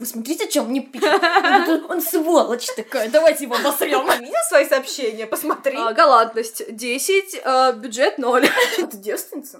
Вы смотрите, что он мне пишет. Он сволочь такая, давайте его обосрём. Видел свои сообщения? Посмотри. Галантность 10, бюджет 0. Ты девственница?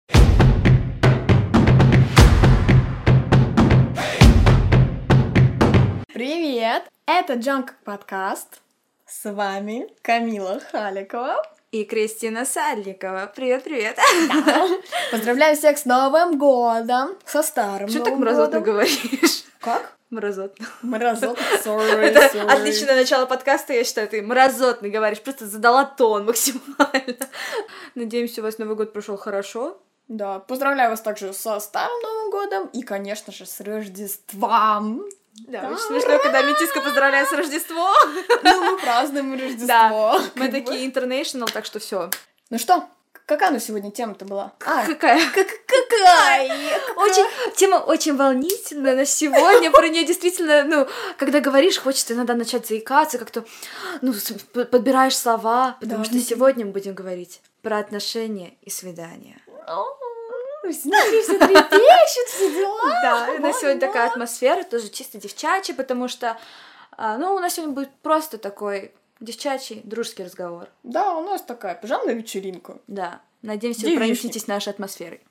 Привет! Это Джанк подкаст. С вами Камила Халикова И Кристина Сальникова. Привет-привет. Да. Поздравляю всех с Новым годом, со старым Что Новым так мразотно годом. говоришь? Как? Мразотно. Мразотно, sorry. Это отличное начало подкаста, я считаю, ты мразотно говоришь, просто задала тон максимально. Надеемся, у вас Новый год прошел хорошо. Да, поздравляю вас также со старым Новым годом и, конечно же, с Рождеством. Да, очень смешно, когда Метиска поздравляет с Рождеством. Ну, мы празднуем Рождество. Да, мы такие international, так что все. Ну что, какая у нас сегодня тема-то была? Какая? Какая? Тема очень волнительная на сегодня. Про нее действительно, когда говоришь, хочется иногда начать заикаться, как-то, подбираешь слова, потому что сегодня мы будем говорить про отношения и свидания. Смотри, все трепещут, все дела. Да, у нас сегодня такая атмосфера, тоже чисто девчачья, потому что, у нас сегодня будет просто такой девчачий дружеский разговор. Да, у нас такая пижамная вечеринка. Да, надеемся, вы проникнетесь нашей атмосферой.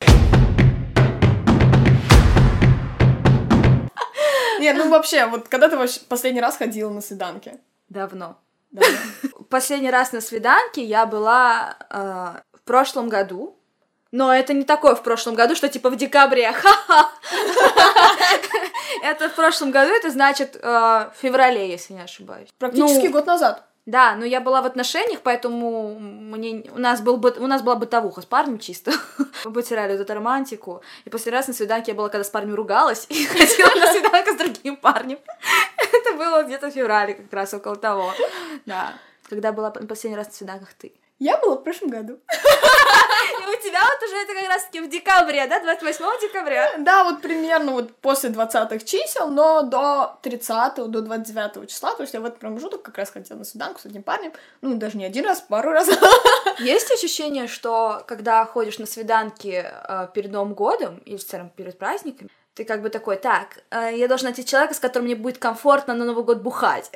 Нет, вообще, вот когда ты последний раз ходила на свиданки? Давно. Да. Последний раз на свиданке я была в прошлом году. Но это не такое в прошлом году, что типа в декабре. Ха-ха! Это в прошлом году, это значит в феврале, если не ошибаюсь. Практически год назад. Да, но я была в отношениях, поэтому у нас была бытовуха с парнем чисто. Мы потеряли вот эту романтику. И последний раз на свиданке я была, когда с парнем ругалась, и ходила на свиданку с другим парнем. Это было где-то в феврале, как раз около того. Да. Когда была последний раз на свиданках ты? Я была в прошлом году. И у тебя вот уже это как раз-таки в декабре, да? 28 декабря? Да, вот примерно после 20-х чисел, но до 30-го, до 29-го числа, то есть я в этот промежуток как раз ходила на свиданку с одним парнем, даже не один раз, пару раз. Есть ощущение, что когда ходишь на свиданки перед Новым годом или в целом перед праздниками, ты как бы такой, так, я должна найти человека, с которым мне будет комфортно на Новый год бухать.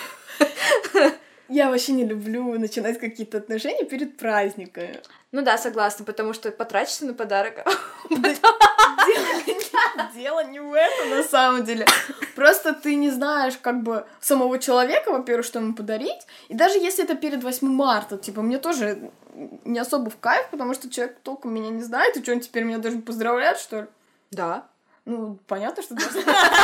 Я вообще не люблю начинать какие-то отношения перед праздниками. Ну да, согласна, потому что потратишься на подарок. Дело не в этом, на самом деле. Просто ты не знаешь, самого человека, во-первых, что ему подарить. И даже если это перед 8 марта, мне тоже не особо в кайф, потому что человек толком меня не знает, и что, он теперь меня должен поздравлять, что ли? Да. Понятно, что должен.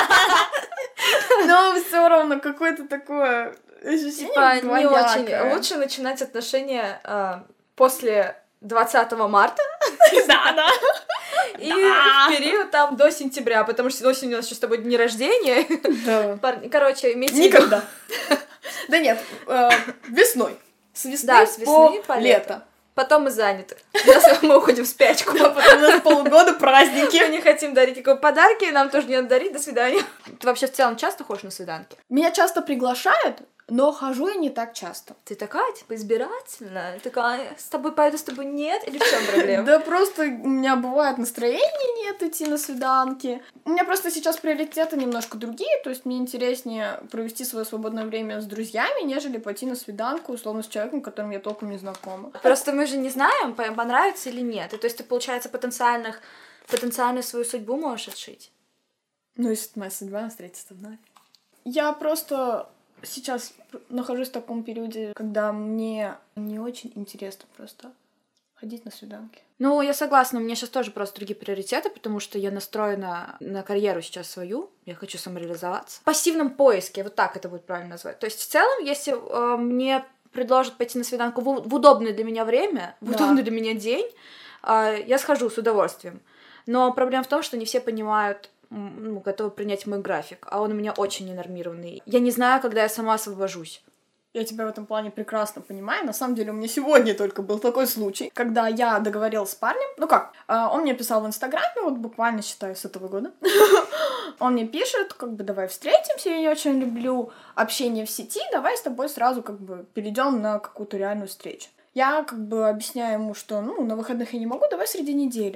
Но все равно какое-то такое ощущение не очень. Лучше начинать отношения после 20 марта. Да. И в период там до сентября, потому что осенью у нас еще с тобой дни рождения. Да. Короче, имейте никогда. Да нет, весной. С весны по лето. Потом мы заняты. Мы уходим в спячку. А потом у нас полгода праздники. Мы не хотим дарить никакие подарки, нам тоже не надо дарить, до свидания. Ты вообще в целом часто ходишь на свиданки? Меня часто приглашают, но хожу я не так часто. Ты такая, избирательная? Такая, с тобой пойду, с тобой нет? Или в чем проблема? Да просто у меня бывает настроения нет идти на свиданки. У меня просто сейчас приоритеты немножко другие, то есть мне интереснее провести свое свободное время с друзьями, нежели пойти на свиданку, условно, с человеком, с которым я толком не знакома. Просто мы же не знаем, понравится или нет. И то есть ты, получается, потенциально свою судьбу можешь отшить. Если это моя судьба, встретиться вновь. Я просто сейчас нахожусь в таком периоде, когда мне не очень интересно просто ходить на свиданки. Я согласна, у меня сейчас тоже просто другие приоритеты, потому что я настроена на карьеру сейчас свою, я хочу самореализоваться. В пассивном поиске, вот так это будет правильно назвать. То есть в целом, если мне предложат пойти на свиданку в удобное для меня время, в удобный для меня день, я схожу с удовольствием. Но проблема в том, что не все понимают, готовы принять мой график, а он у меня очень ненормированный. Я не знаю, когда я сама освобожусь. Я тебя в этом плане прекрасно понимаю. На самом деле, у меня сегодня только был такой случай, когда я договорилась с парнем. Он мне писал в Инстаграме, буквально, считаю, с этого года. Он мне пишет, давай встретимся, я не очень люблю общение в сети, давай с тобой сразу, перейдем на какую-то реальную встречу. Я, объясняю ему, что, на выходных я не могу, давай среди недели.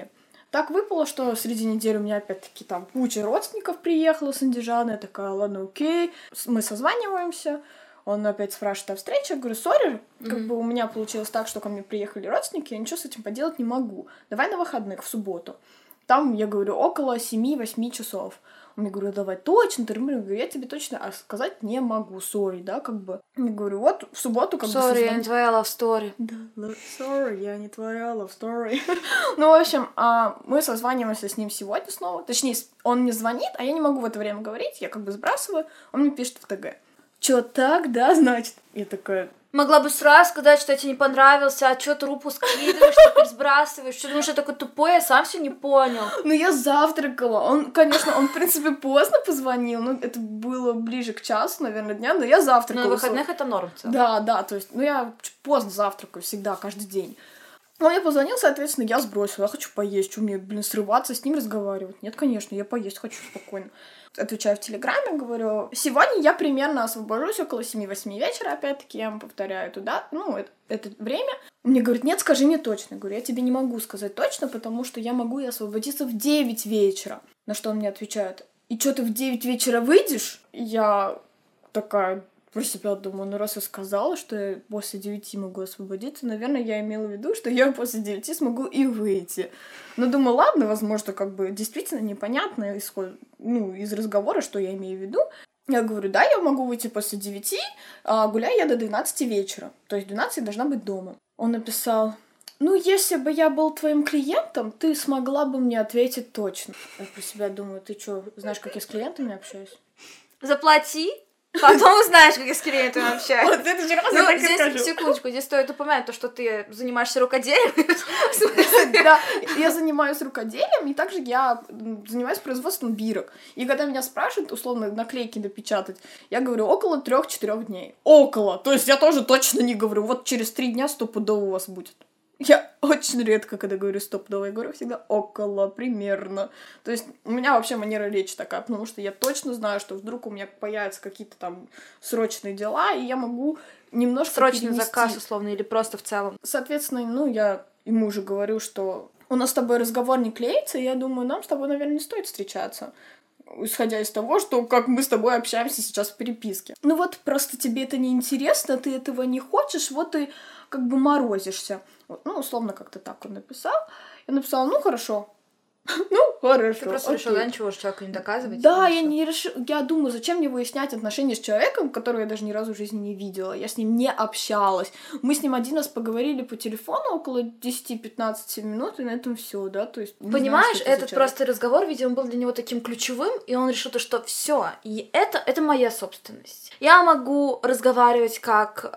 Так выпало, что среди недели у меня опять-таки там куча родственников приехала с Андижана. Я такая, ладно, окей. Мы созваниваемся. Он опять спрашивает о встрече. Я говорю, сори, как бы у меня получилось так, что ко мне приехали родственники, я ничего с этим поделать не могу. Давай на выходных, в субботу. Там, я говорю, около 7-8 часов. Он мне говорит, давай точно, ты говорю, я тебе точно сказать не могу, сори, да, как бы. Я говорю, вот в субботу как бы... Сори, я не твоя love story. Да, sorry, я не твоя love story. Ну, в общем, мы созваниваемся с ним сегодня снова. Точнее, он мне звонит, а я не могу в это время говорить, я как бы сбрасываю, он мне пишет в ТГ. Чё, так, да, значит? Я такая... Могла бы сразу сказать, что я тебе не понравился, а чё трупу скидываешь, теперь сбрасываешь, что думаешь, я такой тупой, я сам все не понял. Ну, я завтракала. Он, конечно, в принципе, поздно позвонил, ну, это было ближе к часу, наверное, дня, но я завтракала. Но на выходных это норм в целом. Да, то есть, ну, я поздно завтракаю всегда, каждый день. Он мне позвонил, соответственно, я сбросила. Я хочу поесть. Что мне, срываться, с ним разговаривать? Нет, конечно, я поесть хочу спокойно. Отвечаю в Телеграме, говорю, сегодня я примерно освобожусь около 7-8 вечера, опять-таки, я вам повторяю туда, это время. Он мне говорит, нет, скажи мне точно. Я говорю, я тебе не могу сказать точно, потому что я могу и освободиться в 9 вечера. На что он мне отвечает, и что, ты в 9 вечера выйдешь? Я такая... Про себя думаю, ну раз я сказала, что я после 9 могу освободиться, наверное, я имела в виду, что я после 9 смогу и выйти. Но думаю, ладно, возможно, как бы действительно непонятно из разговора, что я имею в виду. Я говорю, да, я могу выйти после 9, а гуляю я до 12 вечера. То есть в 12 я должна быть дома. Он написал, ну, если бы я был твоим клиентом, ты смогла бы мне ответить точно. Я про себя думаю, ты что, знаешь, как я с клиентами общаюсь? Заплати. Потом узнаешь, как я с клиентами общаюсь. Вот это же раз я так и здесь, скажу. секундочку, здесь стоит упомянуть то, что ты занимаешься рукоделием. Да, я занимаюсь рукоделием, и также я занимаюсь производством бирок. И когда меня спрашивают, условно, наклейки напечатать, я говорю, около 3-4 дней. Около! То есть я тоже точно не говорю, вот через 3 дня стопудово у вас будет. Я очень редко, когда говорю стопудово, я говорю всегда около, примерно. То есть у меня вообще манера речи такая, потому что я точно знаю, что вдруг у меня появятся какие-то там срочные дела, и я могу немножко срочный перенести. заказ, условно, или просто в целом. Соответственно, я ему уже говорю, что у нас с тобой разговор не клеится, и я думаю, нам с тобой, наверное, не стоит встречаться. Исходя из того, что как мы с тобой общаемся сейчас в переписке. Ну вот, просто тебе это не интересно, ты этого не хочешь, вот и как бы морозишься. Ну, условно, как-то так он написал. Я написала, ну, хорошо. Ну, хорошо. Ты просто решила, да, ничего же человеку не доказывать? Да, я думаю, зачем мне выяснять отношения с человеком, которого я даже ни разу в жизни не видела. Я с ним не общалась. Мы с ним один раз поговорили по телефону около 10-15 минут, и на этом все, да, то есть... Понимаешь, этот просто разговор, видимо, был для него таким ключевым, и он решил, что все, и это моя собственность. Я могу разговаривать как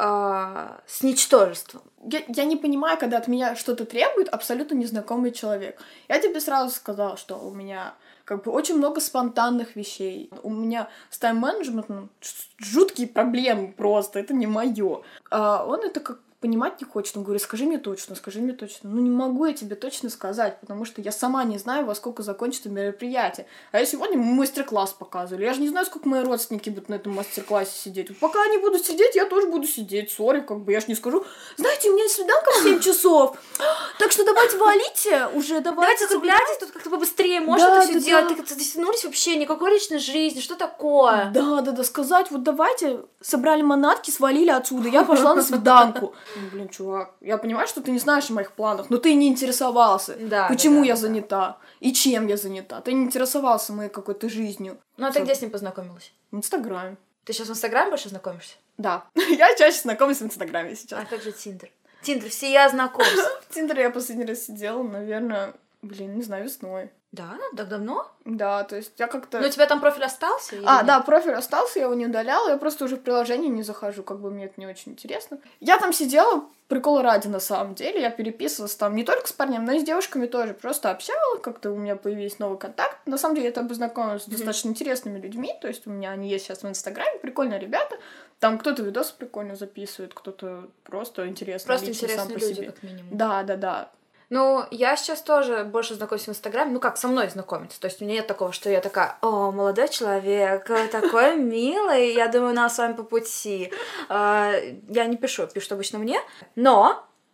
с ничтожеством. Я не понимаю, когда от меня что-то требует абсолютно незнакомый человек. Я тебе сразу сказала, что у меня как бы очень много спонтанных вещей. У меня с тайм-менеджментом жуткие проблемы просто, это не моё. А он это как понимать не хочет. Он говорит, скажи мне точно. Ну, не могу я тебе точно сказать, потому что я сама не знаю, во сколько закончится мероприятие. А я сегодня мастер-класс показывали. Я же не знаю, сколько мои родственники будут на этом мастер-классе сидеть. Вот пока они будут сидеть, я тоже буду сидеть. Сори, как бы я ж не скажу, знаете, у меня свиданка в 7 часов, так что давайте валите уже, давайте закругляйтесь, тут как-то побыстрее, можно это все делать. Так затянулись вообще, никакой личной жизни, что такое? Да, сказать, вот давайте, собрали манатки, свалили отсюда, я пошла на свиданку. Блин, чувак, я понимаю, что ты не знаешь о моих планах, но ты не интересовался, почему я занята и чем я занята. Ты не интересовался моей какой-то жизнью. Ну, а ты где с ним познакомилась? В Инстаграме. Ты сейчас в Инстаграме больше знакомишься? Да, я чаще знакомлюсь в Инстаграме сейчас. А как же Тиндер? Тиндер, все я знакомлюсь. В Тиндере я последний раз сидела, наверное, не знаю, весной. Да? Так давно? Да, то есть я как-то... Но у тебя там профиль остался? Да, профиль остался, я его не удаляла, я просто уже в приложение не захожу, как бы мне это не очень интересно. Я там сидела, прикол ради, на самом деле, я переписывалась там не только с парнями, но и с девушками тоже, просто общала, как-то у меня появились новый контакт. На самом деле, я там познакомилась с достаточно интересными людьми, то есть у меня они есть сейчас в Инстаграме, прикольные ребята, там кто-то видосы прикольно записывает, кто-то просто интересный. Просто интересные люди, как минимум. Да. Ну, я сейчас тоже больше знакомлюсь в Инстаграме, ну как, со мной знакомиться, то есть у меня нет такого, что я такая, о, молодой человек, такой милый, я думаю, нас с вами по пути. Я не пишу, пишут обычно мне, но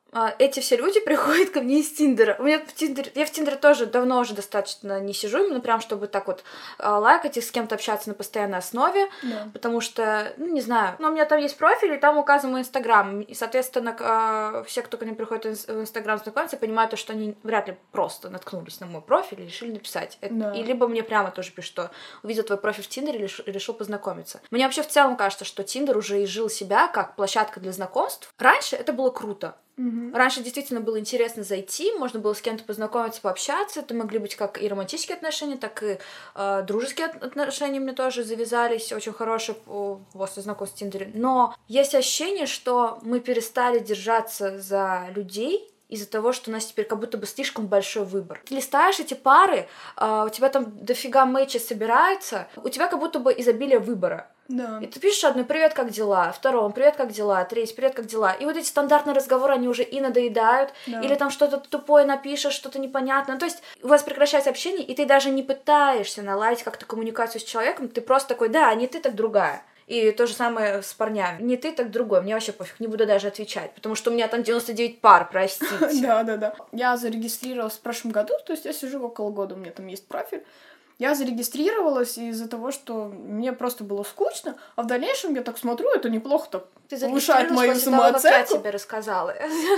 эти все люди приходят ко мне из Тиндера. Я в Тиндере тоже давно уже достаточно не сижу, именно прям, чтобы так вот лайкать и с кем-то общаться на постоянной основе, потому что, ну, не знаю, но у меня там есть профиль, и там указан мой Инстаграм, и, соответственно, все, кто ко мне приходит в Инстаграм знакомиться, понимают, что они вряд ли просто наткнулись на мой профиль и решили написать. И либо мне прямо тоже пишут, что увидел твой профиль в Тиндере и решил познакомиться. Мне вообще в целом кажется, что Тиндер уже изжил себя как площадка для знакомств. Раньше это было круто. Раньше действительно было интересно зайти, можно было с кем-то познакомиться, пообщаться. Это могли быть как и романтические отношения, так и дружеские отношения мне тоже завязались, очень хорошие после знакомства в Тиндере. Но есть ощущение, что мы перестали держаться за людей из-за того, что у нас теперь как будто бы слишком большой выбор. Ты листаешь эти пары, у тебя там дофига мэчей собирается, у тебя как будто бы изобилие выбора. Да. И ты пишешь одной: «Привет, как дела?», второму: «Привет, как дела?», третий: «Привет, как дела?». И вот эти стандартные разговоры, они уже и надоедают, или там что-то тупое напишешь, что-то непонятное. То есть у вас прекращается общение, и ты даже не пытаешься наладить как-то коммуникацию с человеком, ты просто такой: «Да, не ты, так другая». И то же самое с парнями. Не ты, так другой. Мне вообще пофиг, не буду даже отвечать, потому что у меня там 99 пар, простите. Да. Я зарегистрировалась в прошлом году, то есть я сижу около года, у меня там есть профиль. Я зарегистрировалась из-за того, что мне просто было скучно, а в дальнейшем я так смотрю, это неплохо так повышает мою самооценку. Я тебе рассказала,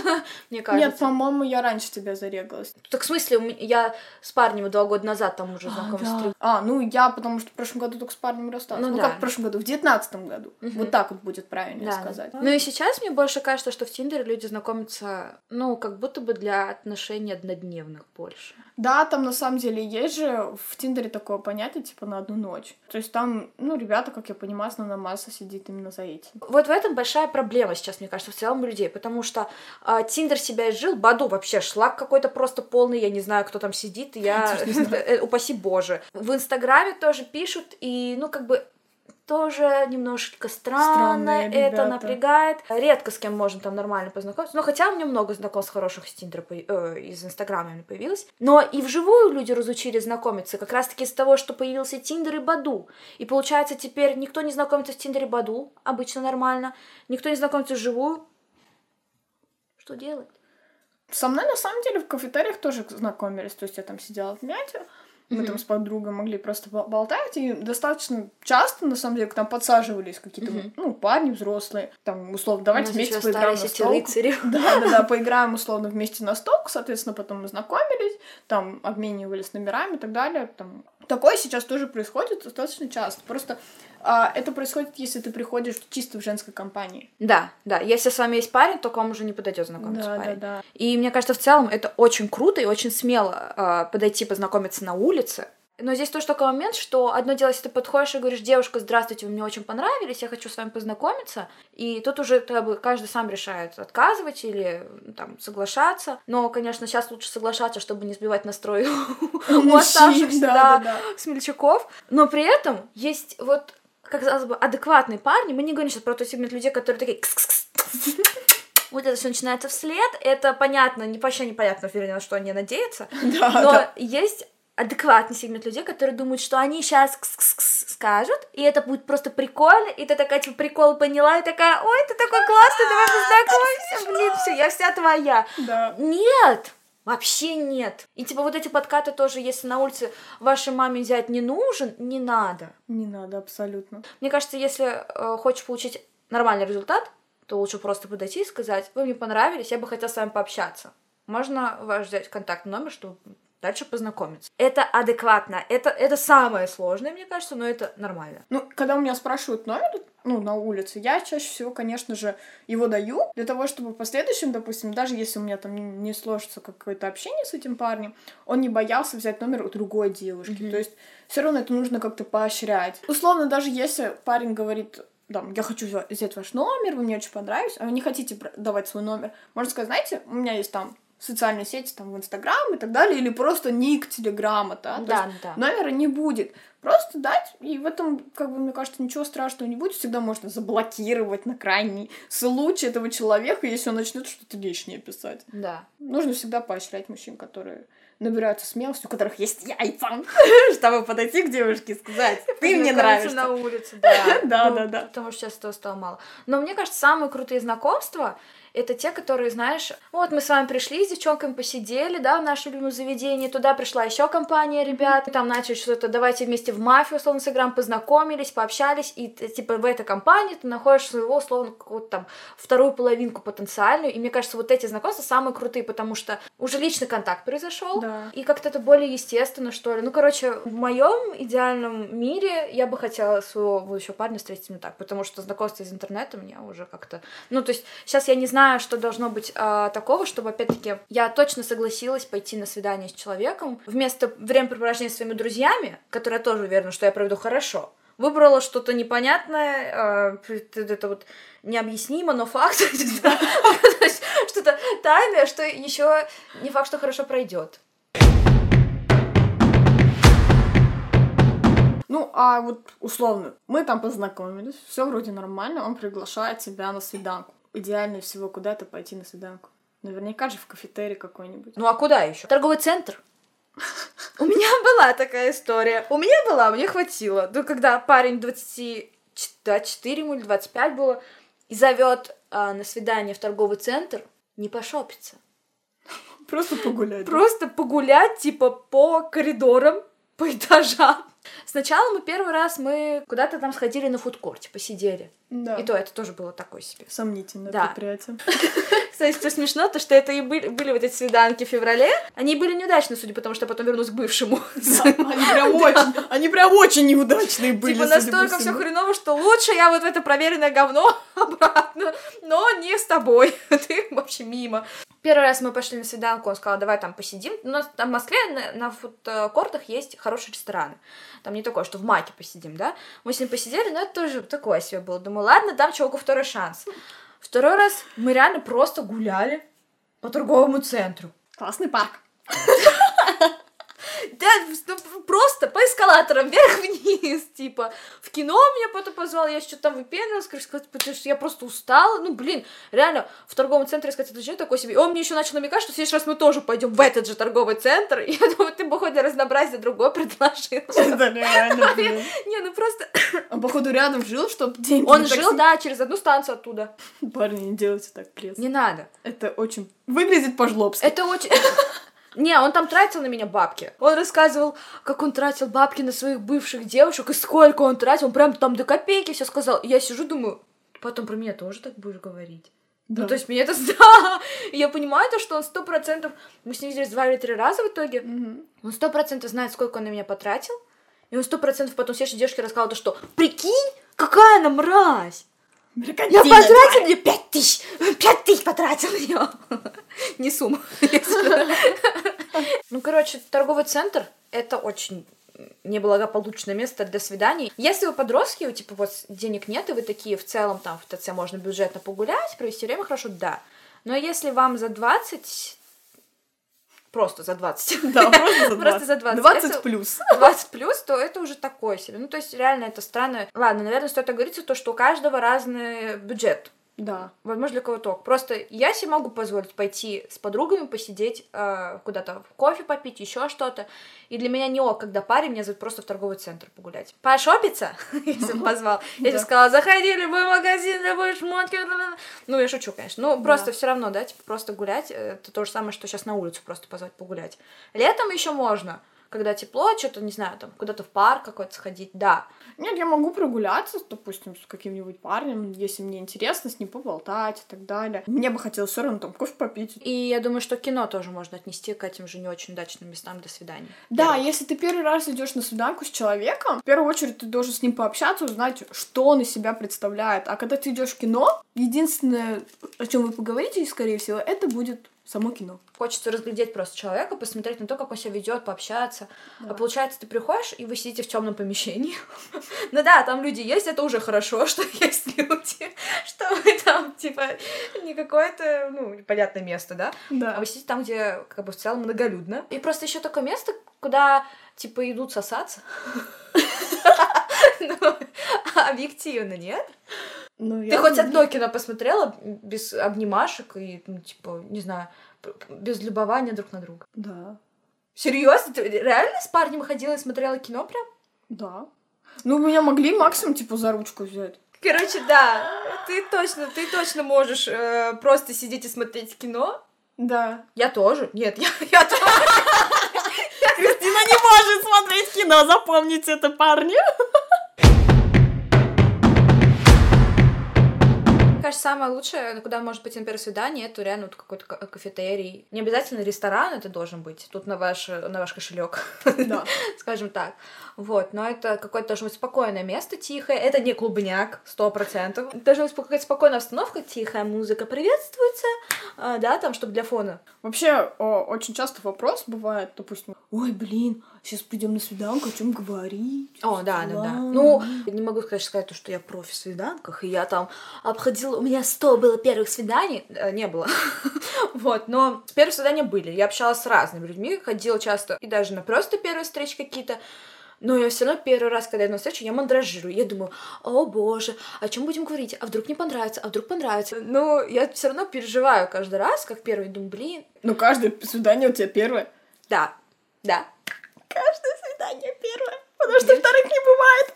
мне кажется. Нет, по-моему, я раньше тебя зарегалась. Так в смысле, я с парнем 2 года назад там уже знакомилась. Ну я потому что в прошлом году только с парнем рассталась. Ну как в прошлом году? В 19-м году. Вот так вот будет правильно сказать. Ну и сейчас мне больше кажется, что в Тиндере люди знакомятся, ну, как будто бы для отношений однодневных больше. Да, там на самом деле есть же в Тиндере такое понятие, типа, на одну ночь. То есть там, ну, ребята, как я понимаю, основная масса сидит именно за этим. Вот в этом большая проблема сейчас, мне кажется, в целом у людей, потому что Тиндер себя изжил, Баду вообще шлак какой-то просто полный, я не знаю, кто там сидит, упаси боже. В Инстаграме тоже пишут, и, ну, как бы, тоже немножечко странно, это напрягает. Редко с кем можно там нормально познакомиться. Но хотя у меня много знакомств хороших из Тиндера, из Инстаграма появилось. Но и вживую люди разучились знакомиться, как раз-таки из-за того, что появился Тиндер и Баду. И получается, теперь никто не знакомится в Тиндере и Баду, обычно нормально. Никто не знакомится вживую. Что делать? Со мной, на самом деле, в кафетериях тоже знакомились. То есть я там сидела в мяте, мы там с подругой могли просто болтать, и достаточно часто, на самом деле, к нам подсаживались какие-то, ну, парни взрослые, там, условно, давайте вместе поиграем на столку. Да, поиграем, условно, вместе на столку, соответственно, потом мы знакомились, там, обменивались номерами и так далее, там. Такое сейчас тоже происходит достаточно часто, просто это происходит, если ты приходишь чисто в женской компании. Да, если с вами есть парень, то к вам уже не подойдет знакомиться парень. Да. И мне кажется, в целом это очень круто и очень смело подойти познакомиться на улице. Но здесь тоже такой момент, что одно дело, если ты подходишь и говоришь: «Девушка, здравствуйте, вы мне очень понравились, я хочу с вами познакомиться», и тут уже каждый сам решает, отказывать или там соглашаться. Но, конечно, сейчас лучше соглашаться, чтобы не сбивать настрой у оставшихся смельчаков. Но при этом есть вот, как казалось бы, адекватные парни. Мы не говорим сейчас про тот сегмент людей, которые такие кс-кс-кс. Вот это все начинается вслед. Это понятно, вообще непонятно, на что они надеются. Но есть адекватный сегмент людей, которые думают, что они сейчас скажут, и это будет просто прикольно, и ты такая, типа, прикол поняла, и такая: «Ой, ты такой классный, давай познакомимся, блин, все, я вся твоя». Нет! Вообще нет. И типа вот эти подкаты тоже, если на улице вашей маме взять не нужен, не надо. Не надо, абсолютно. Мне кажется, если хочешь получить нормальный результат, то лучше просто подойти и сказать: «Вы мне понравились, я бы хотела с вами пообщаться. Можно ваш взять контактный номер, чтобы дальше познакомиться». Это адекватно. Это самое сложное, мне кажется, но это нормально. Ну, когда у меня спрашивают номер, ну, на улице, я чаще всего, конечно же, его даю для того, чтобы в последующем, допустим, даже если у меня там не сложится какое-то общение с этим парнем, он не боялся взять номер у другой девушки. То есть все равно это нужно как-то поощрять. Условно, даже если парень говорит: да, я хочу взять ваш номер, вы мне очень понравились, а вы не хотите давать свой номер, можно сказать: знаете, у меня есть там социальные сети, там, в Инстаграм и так далее, или просто ник Телеграма, да? То есть номера не будет. Просто дать, и в этом, как бы, мне кажется, ничего страшного не будет. Всегда можно заблокировать на крайний случай этого человека, если он начнет что-то лишнее писать. Да. Нужно всегда поощрять мужчин, которые набираются смелости, у которых есть яйца, чтобы подойти к девушке и сказать: «Ты мне нравишься». На улице, да. Да. Потому что сейчас этого стало мало. Но мне кажется, самые крутые знакомства — это те, которые, знаешь, вот мы с вами пришли, с девчонками посидели, да, в наше любимое заведение, туда пришла еще компания ребят, там начали что-то, давайте вместе в мафию, условно, сыграем, познакомились, пообщались, и, типа, в этой компании ты находишь своего, условно, какую-то там вторую половинку потенциальную, и мне кажется, вот эти знакомства самые крутые, потому что уже личный контакт произошел, Да. и как-то это более естественно, что ли. Ну, короче, в моем идеальном мире я бы хотела своего будущего парня встретить именно так, потому что знакомство из интернета мне уже как-то... Ну, то есть, сейчас я не знаю, что должно быть такого, чтобы, опять-таки, я точно согласилась пойти на свидание с человеком вместо времяпрепровождения с своими друзьями, которые я тоже уверена, что я проведу хорошо. Выбрала что-то непонятное, это вот необъяснимо, но факт, что-то тайное, что еще не факт, что хорошо пройдет. Ну, а вот условно, мы там познакомились, все вроде нормально, он приглашает тебя на свиданку. Идеальнее всего куда-то пойти на свиданку. Наверняка же в кафетерий какой-нибудь. Ну а куда еще? Торговый центр. У меня была такая история. Мне хватило. Ну, когда парень 24 ему или 25 было, и зовет на свидание в торговый центр, не пошопиться. Просто погулять. Просто погулять, типа, по коридорам, по этажам. Сначала первый раз мы куда-то там сходили на фудкорте, посидели. Да. И то это тоже было такое себе. Сомнительное Да. предприятие. Кстати, что смешно, то что это и были вот эти свиданки в феврале. Они были неудачные, судя по тому, что я потом вернулась к бывшему. Они прям очень неудачные были. Типа настолько все хреново, что лучше я вот в это проверенное говно обратно, но не с тобой. Ты вообще мимо. Первый раз мы пошли на свиданку, он сказал, давай там посидим. У нас там в Москве на фудкортах есть хорошие рестораны. Там не такое, что в Маке посидим, да? Мы с ним посидели, но это тоже такое себе было. Думаю, ладно, дам чуваку второй шанс. Второй раз мы реально просто гуляли по торговому центру. Классный парк. Да, просто по эскалаторам вверх-вниз, типа. В кино меня потом позвал, я что-то там выпендрилась, сказать, потому что я просто устала. Ну, блин, реально, в торговом центре искать отношения такой себе. И он мне еще начал намекать, что в следующий раз мы тоже пойдем в этот же торговый центр. И я думаю, ты бы хоть для разнообразия другой предложил. Это реально, блин. Не, ну просто... Он, походу, рядом жил, чтобы деньги... Он жил, да, через одну станцию оттуда. Парни, не делайте так, плес. Не надо. Это очень... Выглядит по-жлобски. Это очень... Не, он там тратил на меня бабки. Он рассказывал, как он тратил бабки на своих бывших девушек, и сколько он тратил. Он прям там до копейки все сказал. И я сижу, думаю, потом про меня тоже так будешь говорить. Да. Ну, то есть меня это... Да! И я понимаю то, что он 100%... Мы с ним виделись 2 или 3 раза в итоге. Он 100% знает, сколько он на меня потратил. И он 100% потом следующей девушке рассказал то, что прикинь, какая она мразь! Я потратил мне 5000! 5000 потратил я! Не сумма. Ну, короче, торговый центр — это очень неблагополучное место для свиданий. Если вы подростки, у типа вот денег нет, и вы такие в целом там в ТЦ можно бюджетно погулять, провести время хорошо, да. Но если вам за 20... Просто за 20. Да, просто за 20. 20 плюс. 20 плюс, то это уже такое себе. Ну, то есть, реально, это странно. Ладно, наверное, стоит оговориться, то, что у каждого разный бюджет. Да. Возможно, для кого-то ок. Просто я себе могу позволить пойти с подругами посидеть, куда-то кофе попить, еще что-то. И для меня не ок, когда парень меня зовет просто в торговый центр погулять. Пошопиться, если бы позвал. Я тебе сказала, заходи в любой магазин, любой шмотки. Ну, я шучу, конечно. Ну, просто все равно, да, типа просто гулять. Это то же самое, что сейчас на улицу просто позвать погулять. Летом еще можно. Когда тепло, что-то, не знаю, там, куда-то в парк какой-то сходить, да. Нет, я могу прогуляться, допустим, с каким-нибудь парнем, если мне интересно с ним поболтать и так далее. Мне бы хотелось все равно там кофе попить. И я думаю, что кино тоже можно отнести к этим же не очень удачным местам для свидания. Да, если ты первый раз идешь на свиданку с человеком, в первую очередь ты должен с ним пообщаться, узнать, что он из себя представляет. А когда ты идешь в кино, единственное, о чем вы поговорите, скорее всего, это будет само кино. Хочется разглядеть просто человека, посмотреть на то, как он себя ведет, пообщаться. Да. А получается, ты приходишь, и вы сидите в темном помещении. Ну да, там люди есть, это уже хорошо, что есть люди. Что вы там, типа, не какое-то, ну, непонятное место, да? Да. А вы сидите там, где, как бы, в целом многолюдно. И просто еще такое место, куда, типа, идут сосаться. Ну, объективно, нет? Ты хоть одно кино посмотрела без обнимашек и, ну, типа, не знаю, без любования друг на друга? Да. Серьезно? Ты реально с парнем ходила и смотрела кино прям? Да. Ну, меня могли максимум, типа, за ручку взять. Короче, да, Ты точно можешь просто сидеть и смотреть кино. Да. Я тоже. Нет, я тоже. Кристина не может смотреть кино, запомните это, парни. Мне кажется, самое лучшее, куда может пойти на первое свидание, это реально вот какой-то кафетерий. Не обязательно ресторан это должен быть. Тут на ваш кошелек, Да. скажем так. Вот, но это какое-то должно быть спокойное место, тихое. Это не клубняк, 100%. Должна быть какая-то спокойная обстановка, тихая музыка приветствуется, да, там, чтобы для фона. Вообще, очень часто вопрос бывает, допустим, ой, блин, сейчас придем на свиданку, о чем говорить? О, да. Ну, не могу, конечно, сказать, что я профи в свиданках, и я там обходила... У меня 100 было первых свиданий. Не было. Вот, но первые свидания были. Я общалась с разными людьми, ходила часто и даже на просто первые встречи какие-то. Но я все равно первый раз, когда я на встречу, я мандражирую. Я думаю, о боже, о чем будем говорить? А вдруг не понравится? А вдруг понравится? Но я все равно переживаю каждый раз, как первый, думаю, блин. Ну, каждое свидание у тебя первое. Да. Каждое свидание первое. Потому что вторых не бывает.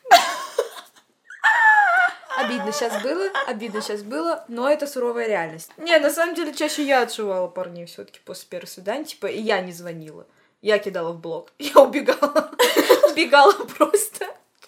Обидно сейчас было, но это суровая реальность. Не, на самом деле, чаще я отшивала парней все-таки после первого свидания, типа, и я не звонила. Я кидала в блог. Я убегала. Убегала просто.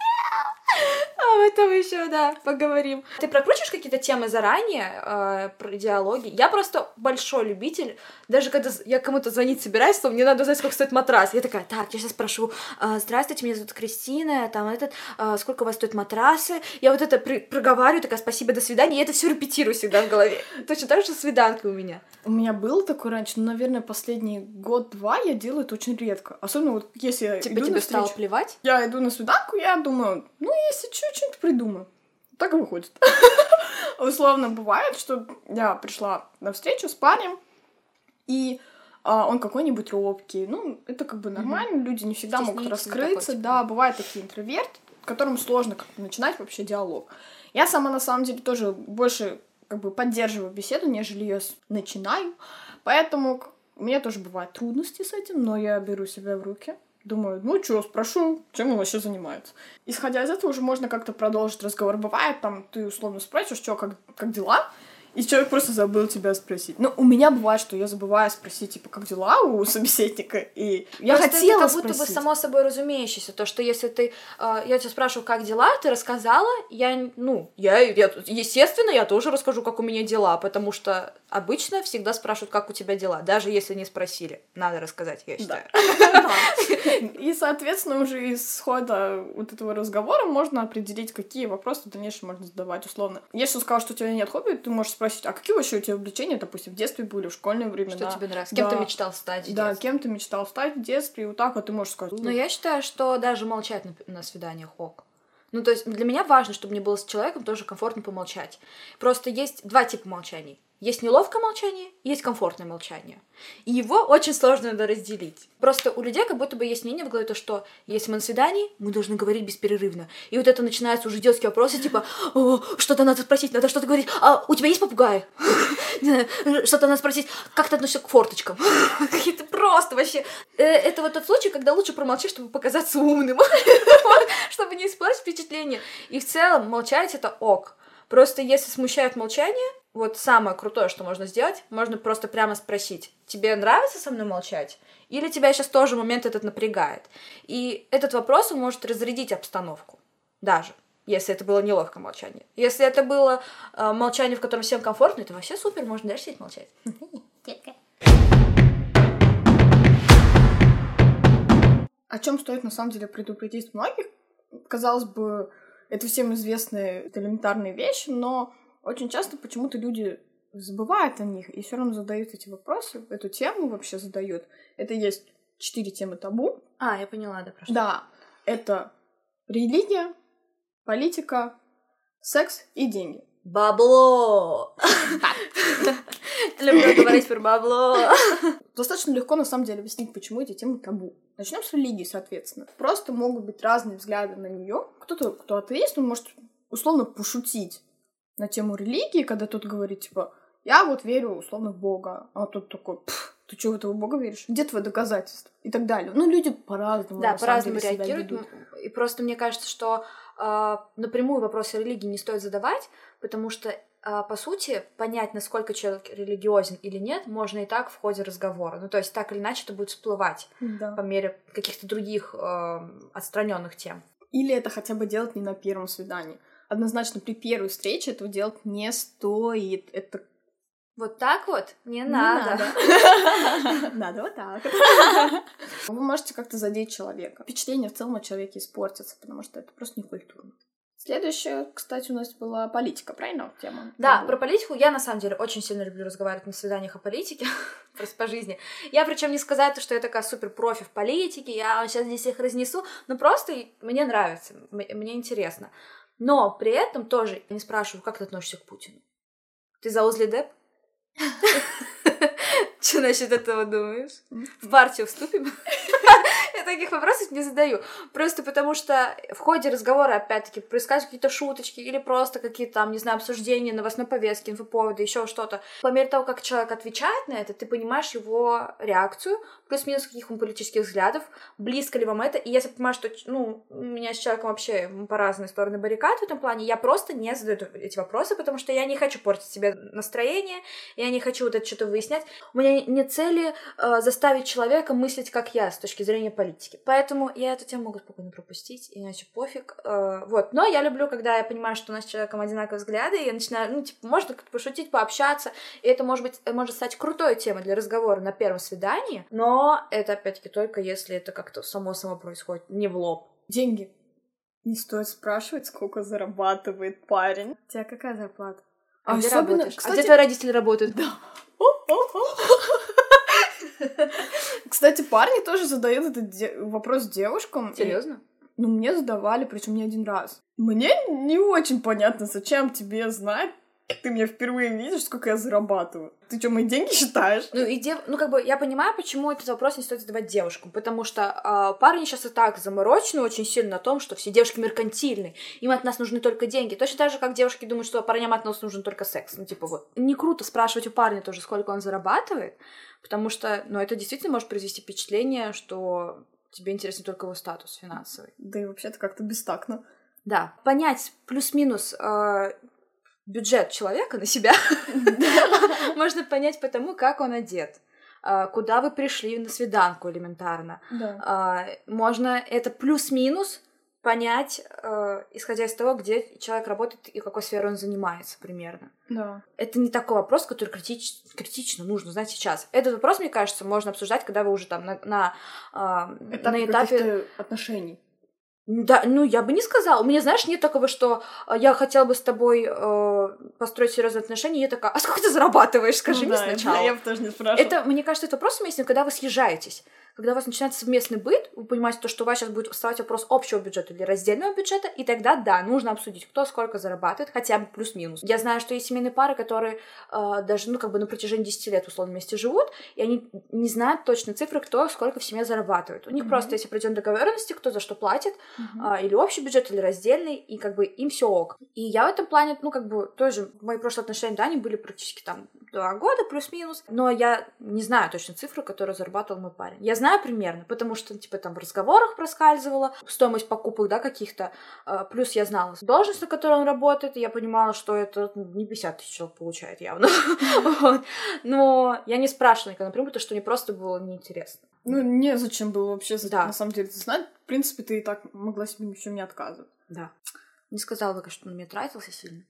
Об этом еще, да, поговорим. Ты прокручиваешь какие-то темы заранее, про диалоги? Я просто большой любитель. Даже когда я кому-то звонить собираюсь, то мне надо знать, сколько стоит матрас. Я такая, так, я сейчас спрошу, здравствуйте, меня зовут Кристина, там сколько у вас стоят матрасы? Я вот это проговариваю, такая, спасибо, до свидания. И это все репетирую всегда в голове. Точно так же с свиданкой у меня. У меня был такой раньше, но, наверное, последний год-два я делаю это очень редко. Особенно вот если я Типа иду тебе на стало встречу. плевать? Я иду на свиданку, я думаю, ну, если что-нибудь придумаю. Так и выходит. Условно бывает, что я пришла на встречу с парнем, и он какой-нибудь робкий. Ну, это как бы нормально, люди не всегда могут раскрыться. Такой, да, бывают такие интроверты, которым сложно как-то начинать вообще диалог. Я сама, на самом деле, тоже больше как бы поддерживаю беседу, нежели ее начинаю. Поэтому у меня тоже бывают трудности с этим, но я беру себя в руки. Думаю, ну что, спрошу, чем он вообще занимается. Исходя из этого уже можно как-то продолжить разговор. Бывает, там, ты условно спросишь, что, как дела? И человек просто забыл тебя спросить. Ну, у меня бывает, что я забываю спросить, типа, как дела у собеседника, и я просто хотела это как будто спросить. бы само собой разумеющееся, то, что если ты... я тебя спрашиваю, как дела, ты рассказала, я естественно, я тоже расскажу, как у меня дела, потому что обычно всегда спрашивают, как у тебя дела, даже если не спросили. Надо рассказать, я считаю. И, соответственно, уже из хода вот этого разговора можно определить, какие вопросы в дальнейшем можно задавать, условно. Если он сказал, что у тебя нет хобби, ты можешь спросить, а какие вообще у тебя увлечения, допустим, в детстве были, в школьное время? Что тебе нравится? Кем ты мечтал стать в детстве? Да, кем ты мечтал стать в детстве, и вот так вот ты можешь сказать. Но я считаю, что даже молчать на свиданиях ок. Ну, то есть для меня важно, чтобы мне было с человеком тоже комфортно помолчать. Просто есть два типа молчаний. Есть неловкое молчание, есть комфортное молчание. И его очень сложно надо разделить. Просто у людей как будто бы есть мнение в голове, то, что если мы на свидании, мы должны говорить бесперерывно. И вот это начинаются уже детские вопросы, типа, что-то надо спросить, надо что-то говорить. А у тебя есть попугай? Что-то надо спросить, как ты относишься к форточкам? Какие-то просто вообще... Это вот тот случай, когда лучше промолчать, чтобы показаться умным. Чтобы не испортить впечатление. И в целом молчать — это ок. Просто если смущает молчание, вот самое крутое, что можно сделать, можно просто прямо спросить, тебе нравится со мной молчать? Или тебя сейчас тоже момент этот напрягает? И этот вопрос, он может разрядить обстановку, даже если это было неловкое молчание. Если это было молчание, в котором всем комфортно, это вообще супер, можно дальше сидеть молчать. О чем стоит на самом деле предупредить многих? Казалось бы, это всем известные элементарные вещи, но очень часто почему-то люди забывают о них и все равно задают эти вопросы, эту тему вообще задают. Это есть 4 темы табу. Я поняла, да, прошу. Да, это религия, политика, секс и деньги. Бабло! Люблю говорить про бабло. Достаточно легко, на самом деле, объяснить, почему эти темы табу. Начнем с религии, соответственно. Просто могут быть разные взгляды на нее. Кто атеист, он может условно пошутить на тему религии, когда тот говорит, типа, я вот верю условно в Бога, а тот такой, ты что, в этого Бога веришь? Где твои доказательства? И так далее. Ну, люди по-разному, да, на самом деле, по-разному себя реагируют. ведут. И просто мне кажется, что напрямую вопросы религии не стоит задавать, потому что, по сути, понять, насколько человек религиозен или нет, можно и так в ходе разговора. Ну, то есть так или иначе это будет всплывать по мере каких-то других отстраненных тем. Или это хотя бы делать не на первом свидании. Однозначно при первой встрече этого делать не стоит. Это вот так вот не надо. Надо вот так. Вы можете как-то задеть человека. Впечатление в целом о человеке испортится, потому что это просто некультурно. Следующая, кстати, у нас была политика, правильно? Тема? Да, про политику я, на самом деле, очень сильно люблю разговаривать на свиданиях о политике, просто по жизни. Я, причем не сказать, что я такая супер профи в политике, я сейчас здесь их разнесу, но просто мне нравится, мне интересно. Но при этом тоже не спрашиваю, как ты относишься к Путину. Ты за ОЗЛИДЭП? Что насчет этого думаешь? В партию вступим? Я таких вопросов не задаю. Просто потому что в ходе разговора, опять-таки, происходят какие-то шуточки или просто какие-то там, не знаю, обсуждения новостной повестки, инфоповоды, еще что-то. По мере того, как человек отвечает на это, ты понимаешь его реакцию, плюс-минус каких он политических взглядов, близко ли вам это. И если понимаешь, что, у меня с человеком вообще по разные стороны баррикад в этом плане, я просто не задаю эти вопросы, потому что я не хочу портить себе настроение, я не хочу вот это что-то выяснять. У меня нет цели заставить человека мыслить, как я, с точки зрения политики. Поэтому я эту тему могу спокойно пропустить, иначе пофиг. Вот. Но я люблю, когда я понимаю, что у нас с человеком одинаковые взгляды, и я начинаю, можно как-то пошутить, пообщаться, и это может стать крутой темой для разговора на первом свидании, но это, опять-таки, только если это как-то само происходит, не в лоб. Деньги. Не стоит спрашивать, сколько зарабатывает парень. У тебя какая зарплата? А где работаешь? Кстати... А где твои родители работают? Да. Кстати, парни тоже задают этот вопрос девушкам. Серьезно? Мне задавали, причем не один раз. Мне не очень понятно, зачем тебе знать. Ты меня впервые видишь, сколько я зарабатываю. Ты что, мои деньги считаешь? Я понимаю, почему этот вопрос не стоит задавать девушкам, потому что парни сейчас и так заморочены очень сильно о том, что все девушки меркантильны, им от нас нужны только деньги. Точно так же, как девушки думают, что парням от нас нужен только секс. Не круто спрашивать у парня тоже, сколько он зарабатывает, потому что, это действительно может произвести впечатление, что тебе интересен только его статус финансовый. Да и вообще-то как-то бестактно. Да. Понять плюс-минус бюджет человека на себя можно понять по тому, как он одет, куда вы пришли на свиданку элементарно. Можно это плюс-минус понять, исходя из того, где человек работает и какой сферой он занимается примерно. Да. Это не такой вопрос, который критично нужно знать сейчас. Этот вопрос, мне кажется, можно обсуждать, когда вы уже там на этапе отношений. Да, я бы не сказала. У меня, знаешь, нет такого, что я хотела бы с тобой построить серьезные отношения, и я такая, а сколько ты зарабатываешь, скажи мне сначала. Я бы тоже не спрашивала. Мне кажется, это вопрос уместен, когда вы съезжаетесь. Когда у вас начинается совместный быт, вы понимаете, что у вас сейчас будет вставать вопрос общего бюджета или раздельного бюджета, и тогда, да, нужно обсудить, кто сколько зарабатывает, хотя бы плюс-минус. Я знаю, что есть семейные пары, которые даже, на протяжении 10 лет условно вместе живут, и они не знают точно цифры, кто сколько в семье зарабатывает. У них просто есть определенные договоренности, кто за что платит, или общий бюджет, или раздельный, и им все ок. И я в этом плане, тоже мои прошлые отношения, да, они были практически 2 года плюс-минус, но я не знаю точно цифры, которые зарабатывал мой парень. Я знаю примерно, потому что, в разговорах проскальзывала стоимость покупок, да, каких-то, плюс я знала должность, на которой он работает, и я понимала, что это не 50 тысяч человек получает явно. Но я не спрашивала никогда напрямую, потому что мне просто было неинтересно. Незачем было вообще, на самом деле, знать. В принципе, ты и так могла себе ни в чем не отказывать. Да. Не сказала бы, что он на меня тратился сильно.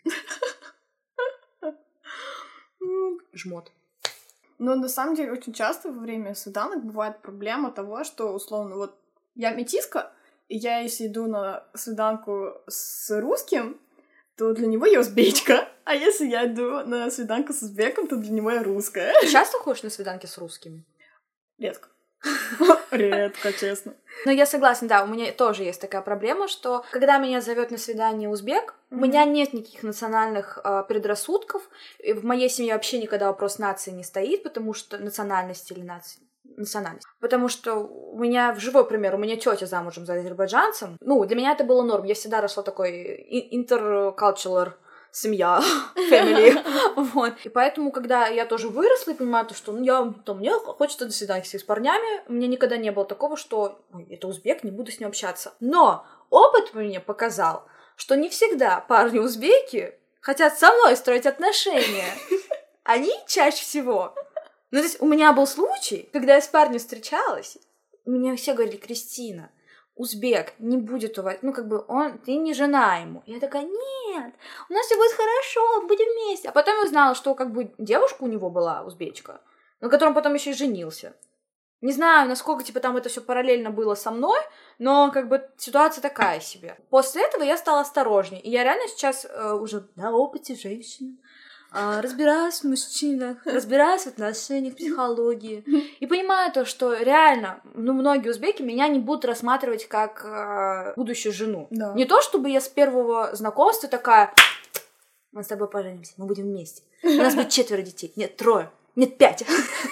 Жмот. Но на самом деле очень часто во время свиданок бывает проблема того, что, условно, я метиска, и я, если иду на свиданку с русским, то для него я узбечка, а если я иду на свиданку с узбеком, то для него я русская. Ты часто ходишь на свиданки с русскими? Редко. Редко, честно. Но я согласна, да, у меня тоже есть такая проблема, что когда меня зовет на свидание узбек, у меня нет никаких национальных предрассудков. И в моей семье вообще никогда вопрос нации не стоит, потому что национальность или национальность. Потому что у меня, в живой пример, у меня тетя замужем за азербайджанцем. Для меня это было норм. Я всегда росла такой intercultural семья, family, И поэтому, когда я тоже выросла и понимаю, что мне хочется до свидания с парнями, у меня никогда не было такого, что это узбек, не буду с ним общаться. Но опыт мне показал, что не всегда парни-узбеки хотят со мной строить отношения. Они чаще всего... Ну, то есть у меня был случай, когда я с парнем встречалась, мне все говорили: Кристина, узбек не будет у вас, ну, как бы ты не жена ему. Я такая: нет, у нас все будет хорошо, будем вместе. А потом я узнала, что как бы девушка у него была узбечка, на котором потом еще и женился. Не знаю, насколько, типа, там это все параллельно было со мной, но, как бы, ситуация такая себе. После этого я стала осторожнее, и я реально сейчас уже на опыте женщины, разбираюсь в мужчинах, разбираюсь в отношениях, в психологии, и понимаю то, что реально, ну, многие узбеки меня не будут рассматривать как будущую жену. Да. Не то, чтобы я с первого знакомства такая: мы с тобой поженимся, мы будем вместе, у нас будет 4 детей, нет, 3, нет, 5.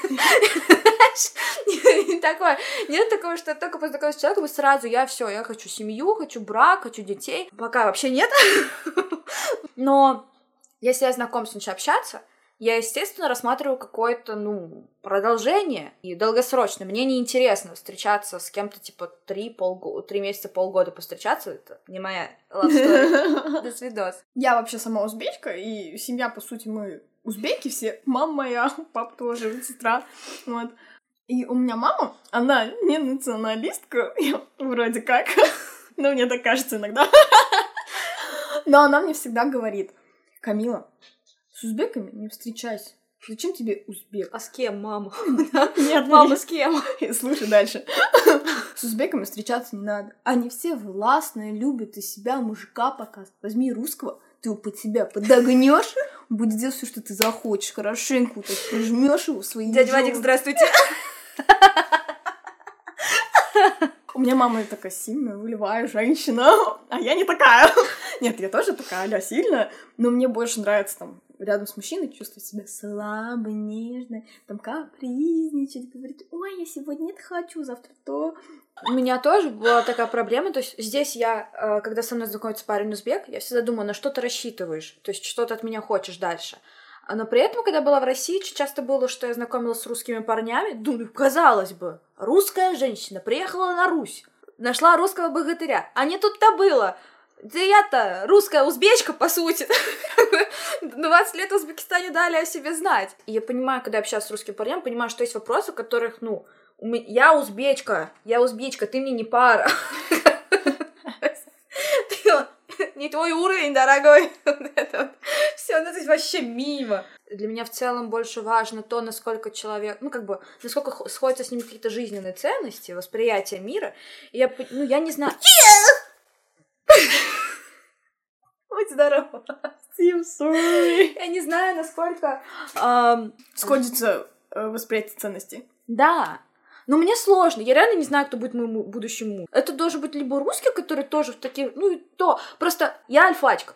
Нет такого, что только познакомиться с человеком, и сразу я хочу семью, хочу брак, хочу детей. Пока вообще нет. Но если я знакомлюсь, начинаю общаться, я, естественно, рассматриваю какое-то, ну, продолжение и долгосрочно. Мне неинтересно встречаться с кем-то, типа, 3 месяца, полгода постречаться. Это не моя love story. До свидос. Я вообще сама узбечка, и семья, по сути, мы узбеки все. Мама моя, папа тоже, сестра. Вот. И у меня мама, она не националистка, вроде как, но мне так кажется иногда. Но она мне всегда говорит: Камила, с узбеками не встречайся. Зачем тебе узбек? А с кем, мама? Нет, мама, с кем? Слушай дальше. С узбеками встречаться не надо. Они все властные, любят из себя мужика показывают. Возьми русского, ты его под себя подогнешь, он будет делать все, что ты захочешь. Хорошенько так прижмешь его в свои... Дядя Вадик, здравствуйте. У меня мама такая сильная, волевая женщина, а я не такая. Нет, я тоже такая а-ля сильная, но мне больше нравится там рядом с мужчиной чувствовать себя слабой, нежной, там капризничать, говорить: ой, я сегодня это хочу, завтра то. У меня тоже была такая проблема, то есть здесь я, когда со мной знакомится парень узбек, я всегда думаю, на что ты рассчитываешь, то есть что ты от меня хочешь дальше. Но при этом, когда была в России, часто было, что я знакомилась с русскими парнями, думаю, казалось бы, русская женщина приехала на Русь, нашла русского богатыря, а не тут-то было. Да я-то русская узбечка, по сути. 20 лет в Узбекистане дали о себе знать. И я понимаю, когда общаюсь с русским парнем, понимаю, что есть вопросы, в которых, ну, я узбечка, ты мне не пара. Не твой уровень, дорогой. Все, ну это вообще мимо. Для меня в целом больше важно то, насколько человек, ну, как бы, насколько сходятся с ним какие-то жизненные ценности, восприятие мира. И я не знаю... Будь здорова. I'm sorry. Я не знаю, насколько... Сходится восприятие ценностей. Да. Но мне сложно. Я реально не знаю, кто будет моим будущим мужем. Это должен быть либо русский, который тоже в таких... Ну, и то. Просто я альфачка.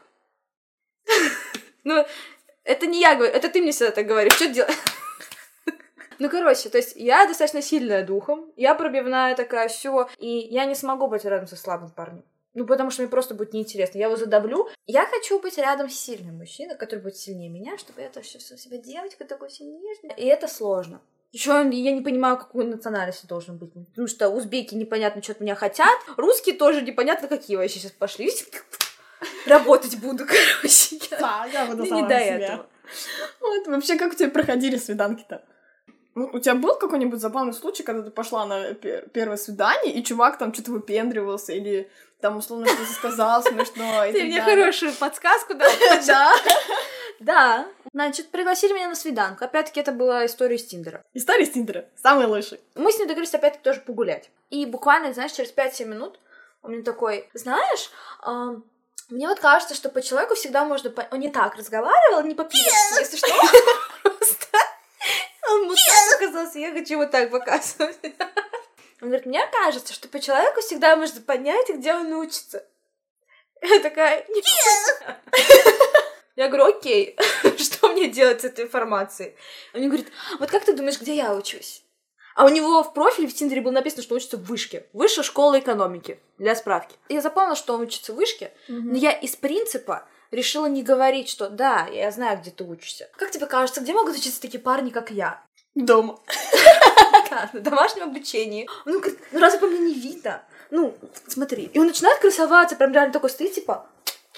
Ну, это не я говорю. Это ты мне всегда так говоришь. Что делать? Ну, короче, то есть я достаточно сильная духом. Я пробивная такая, все. И я не смогу быть рядом со слабым парнем. Ну, потому что мне просто будет неинтересно. Я его задавлю. Я хочу быть рядом с сильным мужчиной, который будет сильнее меня, чтобы я тоже чувствовала себя девочкой такой все нежной. И это сложно. Еще я не понимаю, какой национальности должен быть. Потому что узбеки непонятно, что от меня хотят. Русские тоже непонятно, какие вообще сейчас пошли. Работать буду, короче. Да, я буду сама не до этого. Вот, вообще, как у тебя проходили свиданки-то? У тебя был какой-нибудь забавный случай, когда ты пошла на первое свидание, и чувак там что-то выпендривался, или там условно что-то сказал смешно? Ты мне хорошую подсказку дал. Да. Да. Значит, пригласили меня на свиданку. Опять-таки, это была история из Тиндера. История из Тиндера. Самый лучший. Мы с ним договорились опять-таки тоже погулять. И буквально, знаешь, через 5-7 минут он мне такой: знаешь, мне вот кажется, что по человеку всегда можно... Он не так разговаривал, не по-пьески, если что. Просто он мудак оказался, я хочу вот так показывать. Он говорит: мне кажется, что по человеку всегда можно понять, где он учится. Я такая: не. Я говорю: окей, что мне делать с этой информацией? Он мне говорит: вот как ты думаешь, где я учусь? А у него в профиле в Тиндере было написано, что он учится в вышке. Высшая школа экономики, для справки. Я запомнила, что он учится в вышке, но я из принципа решила не говорить, что да, я знаю, где ты учишься. Как тебе кажется, где могут учиться такие парни, как я? Дома. Да, на домашнем обучении. Он говорит: ну разве по мне не видно? Ну, смотри. И он начинает красоваться, прям реально такой стоит, типа...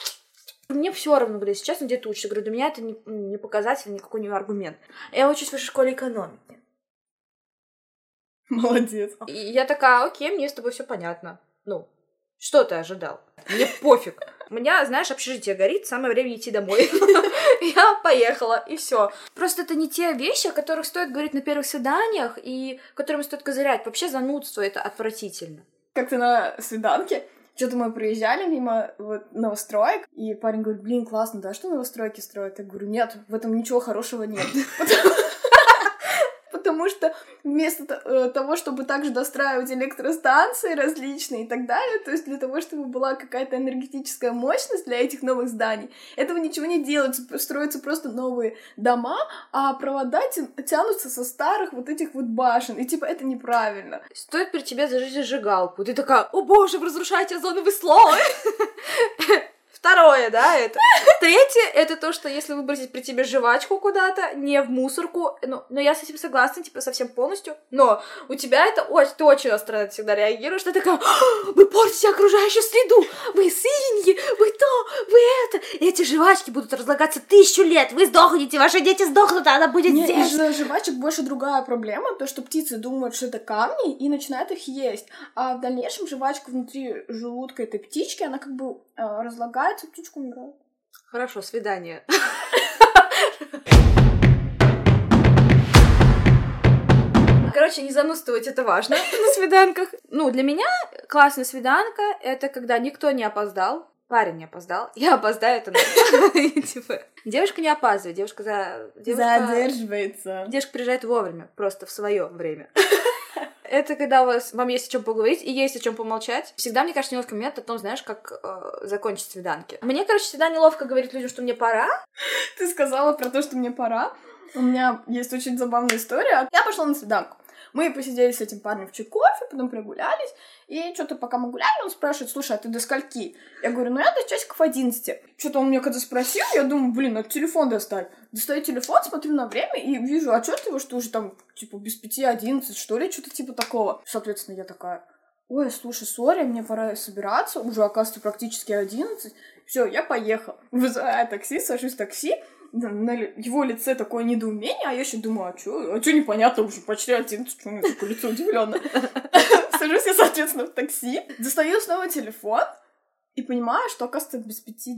Мне все равно, говорю, если честно, где ты учишься. Говорю, для меня это не показатель, никакой не аргумент. Я учусь в высшей школе экономики. Молодец. И я такая, окей, мне с тобой все понятно. Ну, что ты ожидал? Мне пофиг. У меня, знаешь, общежитие горит, самое время идти домой. Я поехала, и все. Просто это не те вещи, о которых стоит говорить на первых свиданиях, и которыми стоит козырять. Вообще занудство, это отвратительно. Как-то на свиданке, что-то мы проезжали мимо вот новостроек, и парень говорит, блин, классно, да, что новостройки строят? Я говорю, нет, в этом ничего хорошего нет. Потому что вместо того, чтобы также достраивать электростанции различные и так далее, то есть для того, чтобы была какая-то энергетическая мощность для этих новых зданий, этого ничего не делается, строятся просто новые дома, а провода тянутся со старых вот этих вот башен, и типа это неправильно. Стоит при тебе зажечь зажигалку, ты такая, о боже, вы разрушаете озоновый слой! Второе, да, это. Третье, это то, что если выбросить при тебе жвачку куда-то, не в мусорку, но я с этим согласна, типа, совсем полностью, но у тебя это ты очень остро на это всегда реагируешь, ты такая, вы портите окружающую среду, вы свиньи, вы то, вы это, эти жвачки будут разлагаться 1000 лет, вы сдохнете, ваши дети сдохнут, а она будет здесь. Из-за жвачек больше другая проблема, то, что птицы думают, что это камни, и начинают их есть, а в дальнейшем жвачка внутри желудка этой птички, она как бы разлагается, птичка умирает. Хорошо, свидание. Короче, не занудствовать это важно на свиданках. Ну, для меня классная свиданка — это когда никто не опоздал, парень не опоздал, я опоздаю, это типа. Девушка не опаздывает, девушка задерживается. Девушка приезжает вовремя, просто в свое время. Это когда вам есть о чем поговорить и есть о чем помолчать. Всегда, мне кажется, неловкий момент о том, знаешь, как закончить свиданки. Мне, короче, всегда неловко говорить людям, что мне пора. Ты сказала про то, что мне пора. У меня есть очень забавная история. Я пошла на свиданку. Мы посидели с этим парнем в чай кофе, потом прогулялись, и что-то пока мы гуляли, он спрашивает, слушай, а ты до скольки? Я говорю, ну я до часиков 11. Что-то он мне когда спросил, я думаю, блин, надо телефон достать. Достаю телефон, смотрю на время и вижу отчетливо, что уже там, типа, без 5:11, что ли, что-то типа такого. Соответственно, я такая, ой, слушай, сори, мне пора собираться, уже, оказывается, практически 11. Все, я поехала. Вызываю такси, сажусь в такси, на его лице такое недоумение, а я еще думаю, а чё непонятно, уже почти 11, что у меня такое лицо удивлённое. Сажусь я, соответственно, в такси, достаю снова телефон и понимаю, что, оказывается, без 5:10.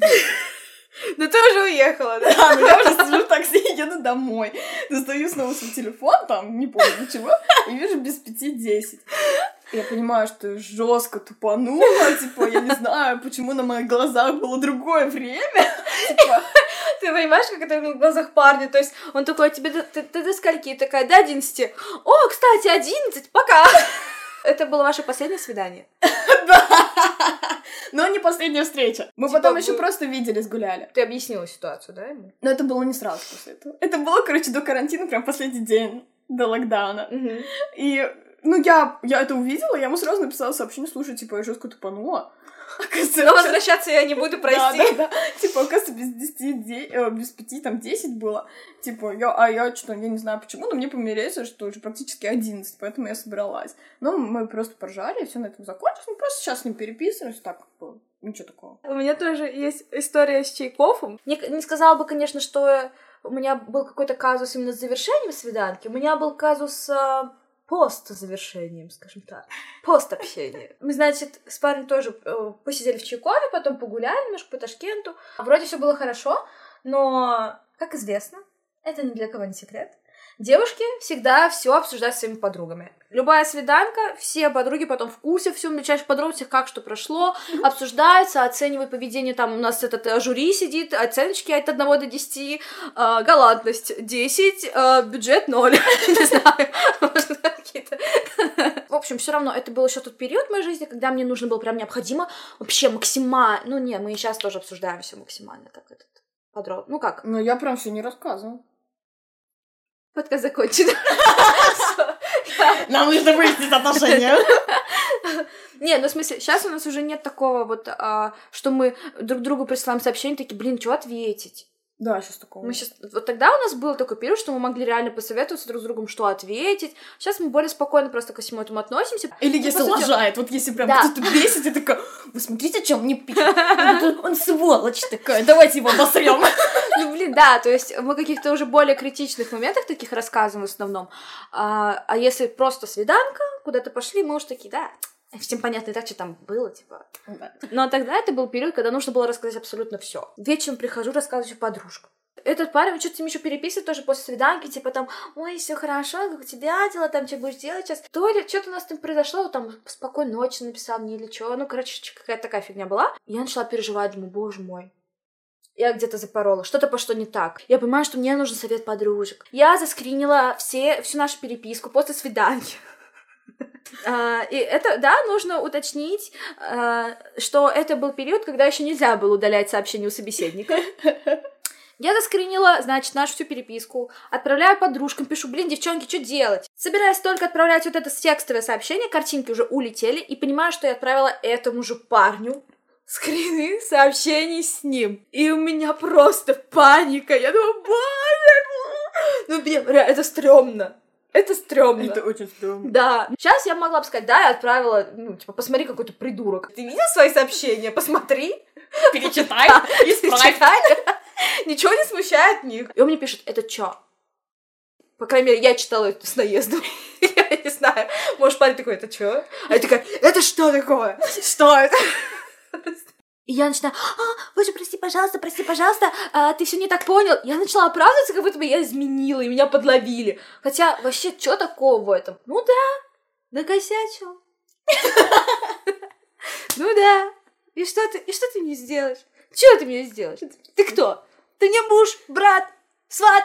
Ну ты уже уехала, да? Да, ну я уже сижу в такси и еду домой. Достаю снова свой телефон, там, не помню ничего, и вижу без 5:10. Я понимаю, что я жестко тупанула, типа, я не знаю, почему на моих глазах было другое время. Типа, ты понимаешь, как это в глазах парня? То есть он такой, тебе ты до скольки? И такая, до 11. О, кстати, 11, пока! Это было ваше последнее свидание? Да. Но не последняя встреча. Мы потом еще просто виделись, гуляли. Ты объяснила ситуацию, да, ему? Но это было не сразу после этого. Это было, короче, до карантина, прям последний день до локдауна. И, ну, я это увидела, я ему сразу написала сообщение, слушай, типа, я жестко тупанула. Но возвращаться я не буду, прости. Да. Типа, оказывается, без 5, там, 10 было. Типа, я что-то, я не знаю почему, но мне померещилось, что уже практически 11, поэтому я собралась. Но мы просто поржали, и все на этом закончилось. Мы просто сейчас с ним переписываемся, так, ничего такого. У меня тоже есть история с Чайковым. Не сказала бы, конечно, что у меня был какой-то казус именно с завершением свиданки. У меня был казус пост-завершением, скажем так. Пост-общения. Мы, значит, с парнем тоже посидели в Чайкове, потом погуляли немножко по Ташкенту. Вроде все было хорошо, но, как известно, это ни для кого не секрет. Девушки всегда все обсуждают с своими подругами. Любая свиданка, все подруги потом в курсе, все в мельчайших подробностях, как что прошло, обсуждаются, оценивают поведение, там у нас этот жюри сидит, оценочки от 1 до 10, галантность 10, бюджет 0, не знаю, какие-то. В общем, все равно это был еще тот период в моей жизни, когда мне нужно было прям необходимо вообще максимально, ну не, мы и сейчас тоже обсуждаем все максимально, так этот подробно, ну как? Ну я прям все не рассказываю. Подкаст закончен. Нам нужно выяснить отношения. Не, ну в смысле, сейчас у нас уже нет такого вот, что мы друг другу присылаем сообщения, такие, блин, что ответить? Да, сейчас такого. Вот тогда у нас был такой период, что мы могли реально посоветоваться друг с другом, что ответить. Сейчас мы более спокойно просто ко всему этому относимся. Или если лажает, вот если прям кто-то бесит, я такая, вы смотрите, о чем мне пишет. Он сволочь такая, давайте его обосрём. Ну, блин, да, то есть мы о каких-то уже более критичных моментах таких рассказываем в основном. А если просто свиданка, куда-то пошли, мы уж такие, да, всем понятно и так, что там было, типа. Да. Но тогда это был период, когда нужно было рассказать абсолютно все. Вечером прихожу, рассказываю подружкам. Этот парень что-то мне еще переписывает тоже после свиданки, типа там, ой, все хорошо, как у тебя дела, там, что будешь делать сейчас? То ли что-то у нас там произошло, там, спокойной ночи написал мне или что, ну, короче, какая-то такая фигня была. Я начала переживать, думаю, боже мой, я где-то запорола, что-то пошло не так. Я понимаю, что мне нужен совет подружек. Я заскринила всю нашу переписку после свиданки. И это, да, нужно уточнить, что это был период, когда еще нельзя было удалять сообщения у собеседника. Я заскринила, значит, нашу всю переписку, отправляю подружкам, пишу, блин, девчонки, что делать? Собираюсь только отправлять вот это текстовое сообщение, картинки уже улетели, и понимаю, что я отправила этому же парню скрины сообщений с ним. И у меня просто паника. Я думаю, боже, ну, блин, это стрёмно. Это стрёмно. Это очень стрёмно. Да. Сейчас я могла бы сказать, да, я отправила, ну, типа, посмотри, какой-то придурок. Ты видел свои сообщения? Посмотри. Перечитай. Исправь. Ничего не смущает них. И он мне пишет, это чё? По крайней мере, я читала это с наездом. Я не знаю. Может, парень такой, это чё? А я такая, это что такое? Что это? И я начинаю, боже, прости, пожалуйста, ты все не так понял. Я начала оправдываться, как будто бы я изменила, и меня подловили. Хотя, вообще, что такого в этом? Ну да, накосячил. Ну да. И что ты мне сделаешь? Что ты мне сделаешь? Ты кто? Ты мне муж, брат, сват?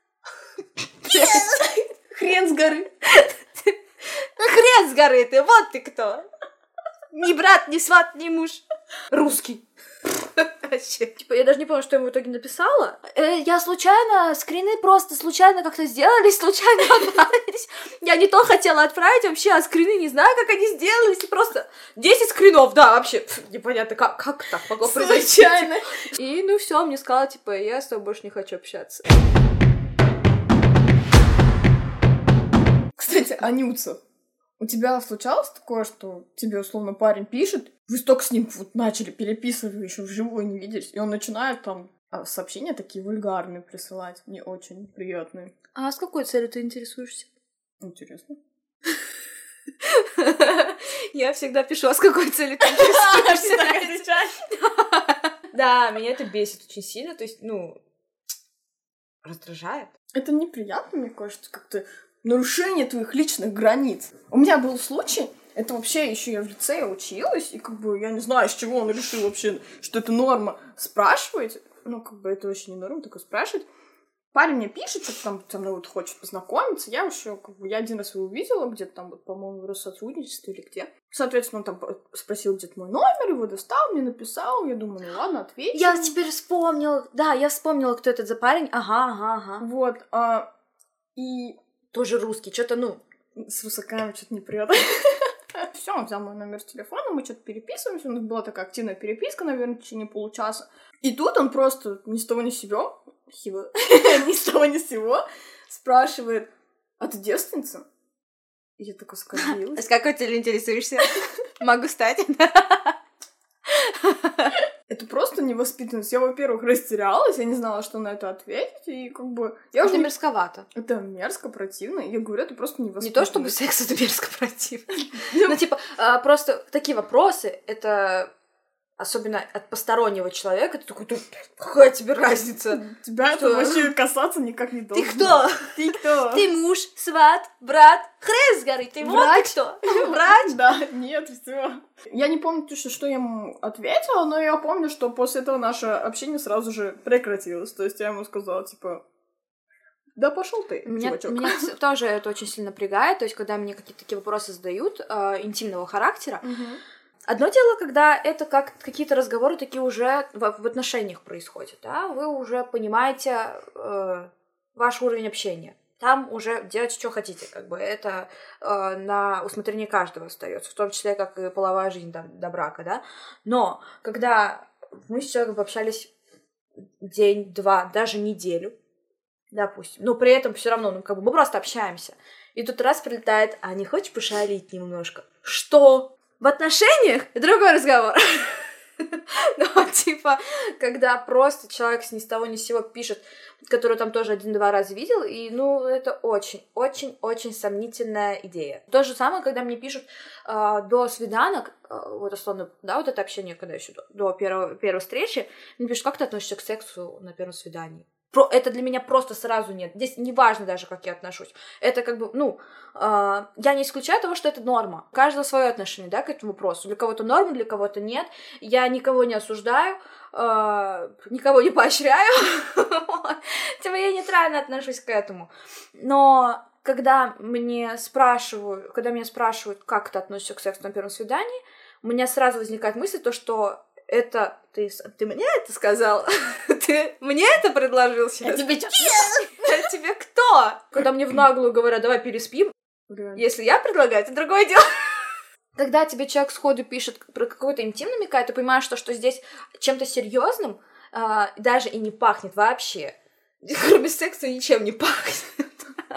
Хрен с горы. Хрен с горы ты, вот ты кто. Ни брат, ни сват, ни муж. Русский. Вообще. Типа, я даже не помню, что я ему в итоге написала. Я случайно, скрины просто случайно как-то сделались, случайно отправились. Я не то хотела отправить вообще, а скрины не знаю, как они сделались. И просто 10 скринов, да, вообще. Непонятно, как так могло произойти. Случайно. И ну все, мне сказала, типа, я с тобой больше не хочу общаться. Кстати, Анюца, у тебя случалось такое, что тебе, условно, парень пишет, вы столько с ним вот начали переписывать, вы еще вживую не виделись, и он начинает там сообщения такие вульгарные присылать, не очень приятные. А с какой целью ты интересуешься? Интересно. Я всегда пишу, а с какой целью ты интересуешься? Да, меня это бесит очень сильно, то есть, ну, раздражает. Это неприятно, мне кажется, как-то нарушение твоих личных границ. У меня был случай, это вообще еще я в лицее училась, и как бы я не знаю, с чего он решил вообще, что это норма спрашивать. Ну, как бы это вообще не норма, такое спрашивать. Парень мне пишет, что там со мной вот хочет познакомиться. Я еще, как бы, я один раз его увидела, где-то там, вот, по-моему, в Россотрудничестве или где. Соответственно, он там спросил где-то мой номер, его достал, мне написал. Я думаю, ну ладно, отвечу. Я теперь вспомнила, да, я вспомнила, кто этот за парень. Ага. Вот, и... Тоже русский, что-то, ну... С русаками что-то не прёт. Все, он взял мой номер телефона, мы что-то переписываемся, у нас была такая активная переписка, наверное, в течение получаса. И тут он просто ни с того ни с сего, ни с того ни с сего спрашивает, а ты девственница? И я такая скорбилась. С какой целью интересуешься? Могу стать. Это просто невоспитанность. Я, во-первых, растерялась, я не знала, что на это ответить, и как бы... Это мерзковато. Это мерзко, противно. Я говорю, это просто невоспитанность. Не то, чтобы секс — это мерзко, противно. Ну, типа, просто такие вопросы, это... Особенно от постороннего человека, ты такой, какая тебе разница? Тебя это вообще касаться никак не должно. Ты кто? Ты кто? Ты муж, сват, брат, хрен с горы, ты вот ты кто? Врач? Да, нет, все. Я не помню точно, что я ему ответила, но я помню, что после этого наше общение сразу же прекратилось. То есть я ему сказала, типа, да пошел ты, чувачок. Меня тоже это очень сильно напрягает, то есть когда мне какие-то такие вопросы задают интимного характера. Одно дело, когда это как какие-то разговоры такие уже в отношениях происходят, да, вы уже понимаете ваш уровень общения. Там уже делать, что хотите, как бы это на усмотрение каждого остается, в том числе, как и половая жизнь до брака, да. Но когда мы с человеком пообщались день, два, даже неделю, допустим. Но при этом все равно, мы просто общаемся. И тут раз прилетает, а не хочешь пошалить немножко? Что? В отношениях? Другой разговор. Ну, типа, когда просто человек ни с того ни с сего пишет, который там тоже 1-2 раза видел, и, это очень-очень-очень сомнительная идея. То же самое, когда мне пишут до свиданок, вот условно, да, вот это общение, когда еще до первой встречи, мне пишут, как ты относишься к сексу на первом свидании? Это для меня просто сразу нет. Здесь не важно даже, как я отношусь. Это я не исключаю того, что это норма. У каждого свое отношение, да, к этому вопросу. Для кого-то норма, для кого-то нет. Я никого не осуждаю, никого не поощряю. Типа я нейтрально отношусь к этому. Но когда меня спрашивают, как ты относишься к сексу на первом свидании, у меня сразу возникает мысль, что это ты мне это сказал? Ты мне это предложил сейчас? Я тебе что? Я тебе кто? Когда мне в наглую говорят, давай переспим, если я предлагаю, это другое дело. Когда тебе человек сходу пишет про какой-то интим намекает, ты понимаешь, что здесь чем-то серьезным даже и не пахнет вообще. Кроме секса ничем не пахнет.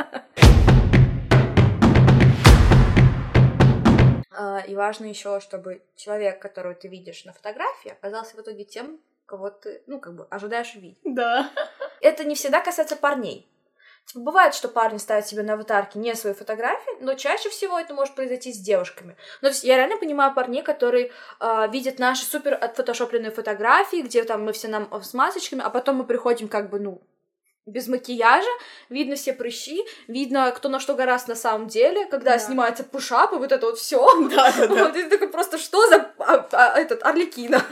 И важно еще, чтобы человек, которого ты видишь на фотографии, оказался в итоге тем, кого ты, ожидаешь увидеть. Да. Это не всегда касается парней. Бывает, что парни ставят себе на аватарке не свои фотографии, но чаще всего это может произойти с девушками. То есть я реально понимаю парней, которые видят наши супер отфотошопленные фотографии, где там мы все с масочками, а потом мы приходим без макияжа, видно все прыщи, видно, кто на что гораст на самом деле, когда снимается пушап, и вот это вот все. Да. Вот, и ты такой, просто что за Арлекино?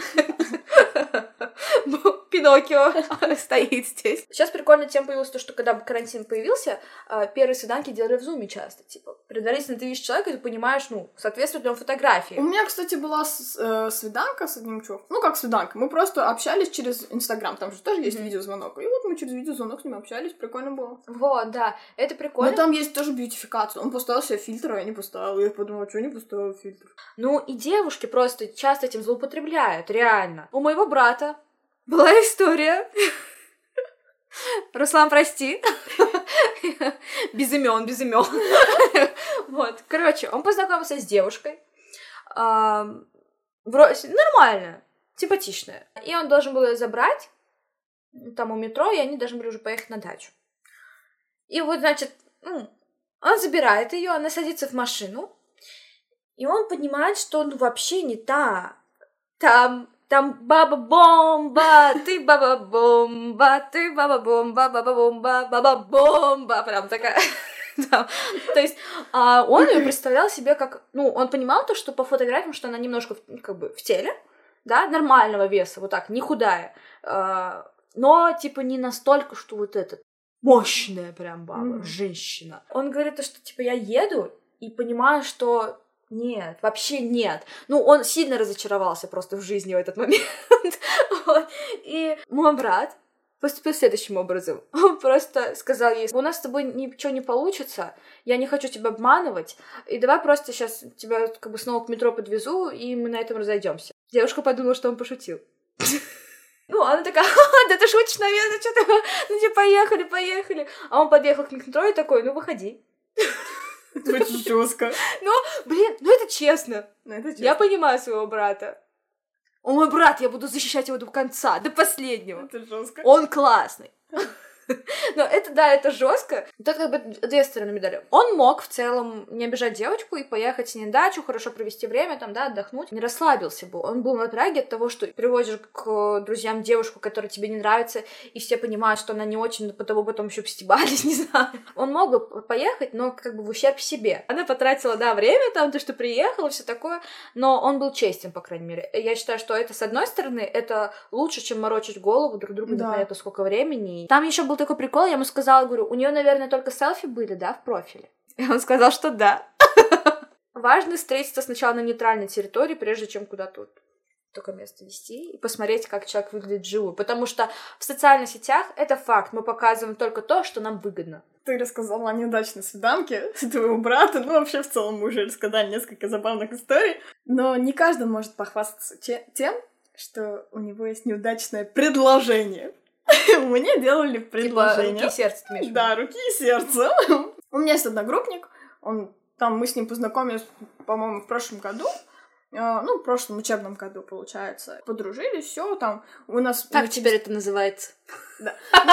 Пиноккио стоит здесь. Сейчас прикольная тема появилась, что когда карантин появился, первые свиданки делали в зуме часто. Типа, предварительно ты видишь человека, и ты понимаешь, соответствует ли он фотографии. У меня, кстати, была свиданка с одним чуваком. Как свиданка? Мы просто общались через Инстаграм, там же тоже есть видеозвонок. И вот мы через видеозвонок с ним общались, прикольно было. Вот, да, это прикольно. Но там есть тоже бьютификация. Он поставил себе фильтр, а я не поставила. Я подумала, что не поставила фильтр. И девушки просто часто этим злоупотребляют, реально. У моего брата была история. Руслан, прости. Без имен. Вот. Короче, он познакомился с девушкой. Нормальная, симпатичная. И он должен был ее забрать там у метро, и они должны были уже поехать на дачу. И вот, значит, он забирает ее, она садится в машину, и он понимает, что вообще не та. Там баба-бомба, ты баба-бомба, ты баба-бомба, баба-бомба, баба-бомба, прям такая. Да. То есть он ее представлял себе как... он понимал то, что по фотографиям, что она немножко в теле, да, нормального веса, вот так, не худая, но, не настолько, что вот эта мощная прям баба, женщина. Он говорит, что, я еду и понимаю, что нет, вообще нет. Он сильно разочаровался просто в жизни в этот момент. Вот. И мой брат поступил следующим образом. Он просто сказал ей, у нас с тобой ничего не получится, я не хочу тебя обманывать, и давай просто сейчас тебя снова к метро подвезу, и мы на этом разойдемся. Девушка подумала, что он пошутил. Она такая, да ты шутишь, наверное, что такое? Поехали. А он подъехал к метро и такой, выходи. Это очень жестко. Это честно. Я понимаю своего брата. Он мой брат, я буду защищать его до конца, до последнего. Это жестко. Он классный. Но это жестко. Тут две стороны медали. Он мог в целом не обижать девочку и поехать с ней на дачу, хорошо провести время, отдохнуть. Не расслабился бы. Он был в напряге от того, что привозишь к друзьям девушку, которая тебе не нравится, и все понимают, что она не очень, потому потом еще постебались, не знаю. Он мог бы поехать, но в ущерб себе. Она потратила, время, то, что приехала, все такое, но он был честен, по крайней мере. Я считаю, что это, с одной стороны, это лучше, чем морочить голову друг другу непонятно сколько времени. Там еще был такой прикол, я ему сказала, говорю, у нее, наверное, только селфи были, да, в профиле? И он сказал, что да. Важно встретиться сначала на нейтральной территории, прежде чем куда-то только место вести и посмотреть, как человек выглядит вживую. Потому что в социальных сетях это факт, мы показываем только то, что нам выгодно. Ты рассказала о неудачной свиданке твоего брата, вообще в целом мы уже рассказали несколько забавных историй, но не каждый может похвастаться тем, что у него есть неудачное предложение. Мне делали предложение. Типа руки и сердце, ты имеешь в виду? Да, руки и сердце. У меня есть одногруппник, мы с ним познакомились, по-моему, в прошлом году. В прошлом учебном году, получается. Подружились, все там у нас... Как теперь это называется? Да.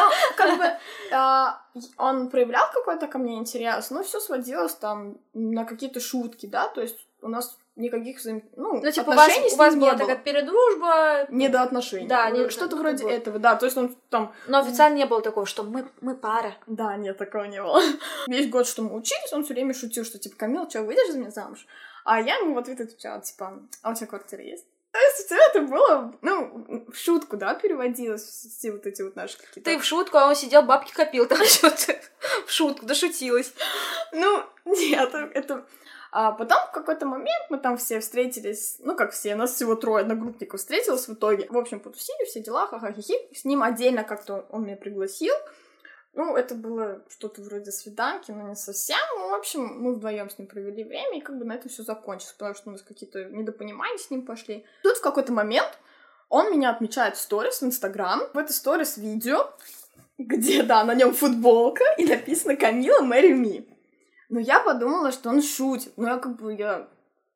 Он проявлял какой-то ко мне интерес, но все сводилось там на какие-то шутки, да, то есть у нас никаких отношений у вас с ним была не было. такая передружба... Недоотношений. Да, что-то вроде этого, да, то есть он там... Но официально не было такого, что мы пара. Да, нет, такого не было. Весь год, что мы учились, он все время шутил, что, типа, Камил, что, выйдешь за меня замуж? А я ему в ответ отвечала, типа, а у тебя квартира есть? То есть все это было, в шутку, да, переводилось, все вот эти вот наши какие-то... Ты в шутку, а он сидел, бабки копил, там что-то в шутку, дошутилась. Нет, это... А потом в какой-то момент мы там все встретились, как все, нас всего 3 одногруппников встретилось в итоге. В общем, потусили, все дела, ха-ха-хи-хи. С ним отдельно как-то он меня пригласил. Это было что-то вроде свиданки, но не совсем. В общем, мы вдвоем с ним провели время, и как бы на этом все закончилось, потому что у нас какие-то недопонимания с ним пошли. Тут в какой-то момент он меня отмечает в сторис в Инстаграм. В этой сторис видео, где, да, на нем футболка, и написано «Камила, marry me». Но я подумала, что он шутит. Я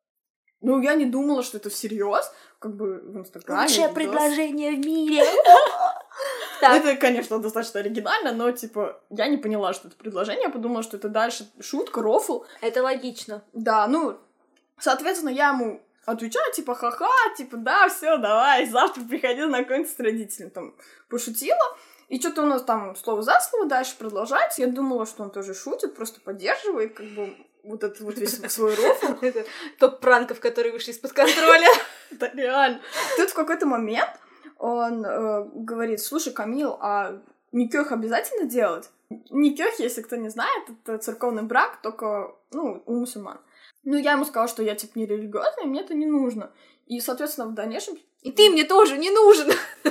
не думала, что это всерьез, как бы в Инстаграме. Лучшее предложение в мире. Это, конечно, достаточно оригинально, но, типа, я не поняла, что это предложение. Я подумала, что это дальше шутка, рофл. Это логично. Да, соответственно, я ему отвечаю, типа, ха-ха, типа, да, все, давай, завтра приходи знакомиться с родителями. Там, пошутила. И что-то у нас там слово за слово дальше продолжается. Я думала, что он тоже шутит, просто поддерживает, как бы, вот этот вот весь свой рофл. Это топ пранков, которые вышли из-под контроля. Да, реально. Тут в какой-то момент он говорит: слушай, Камил, а никёх обязательно делать? Никёх, если кто не знает, это церковный брак, только, у мусульман. Я ему сказала, что я, типа, не религиозная, и мне это не нужно. И, соответственно, в дальнейшем... И ты мне тоже не нужен!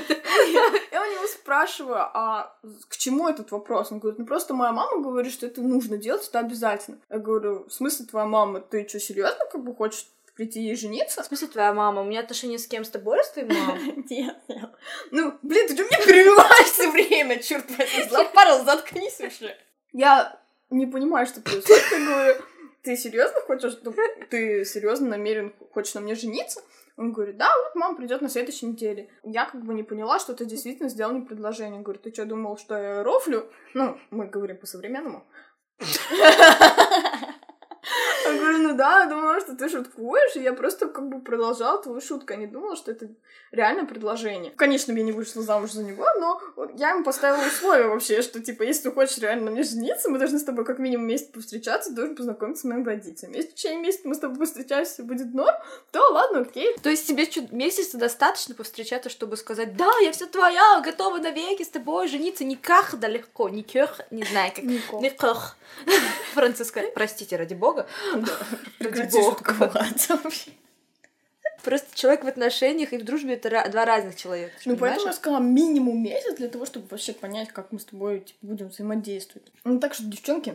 Я у него спрашиваю, а к чему этот вопрос? Он говорит, просто моя мама говорит, что это нужно делать, это обязательно. Я говорю, в смысле твоя мама? Ты что, серьезно как бы хочешь прийти и жениться? В смысле твоя мама? У меня отношения с кем? С тобой, с твоей мамой? Нет. Ты что меня перебиваешь все время, черт возьми, запарил, заткнись уже. Я не понимаю, что происходит. Я говорю, ты серьезно хочешь, ты серьезно намерен, хочешь на мне жениться? Он говорит, да, вот мама придет на следующей неделе. Я как бы не поняла, что ты действительно сделал мне предложение. Говорю, ты что, думал, что я рофлю? Мы говорим по-современному. Я говорю, да, я думала, что ты шуткуешь, и я просто как бы продолжала твою шутку. Я не думала, что это реально предложение. Конечно, я не вышла замуж за него, но я ему поставила условие вообще, что, типа, если ты хочешь реально на мне жениться, мы должны с тобой как минимум месяц повстречаться, должен познакомиться с моим родителем. Если в течение месяца мы с тобой повстречаемся, будет норм, то ладно, окей. То есть тебе месяца достаточно повстречаться, чтобы сказать, да, я вся твоя, готова навеки с тобой жениться, никак, да легко, никёх, не знаю как. Никак. Французская, простите, ради бога. Да, ради бога. Просто человек в отношениях и в дружбе — это 2 разных человека. Поэтому я сказала минимум месяц для того, чтобы вообще понять, как мы с тобой, типа, будем взаимодействовать. Так что, девчонки,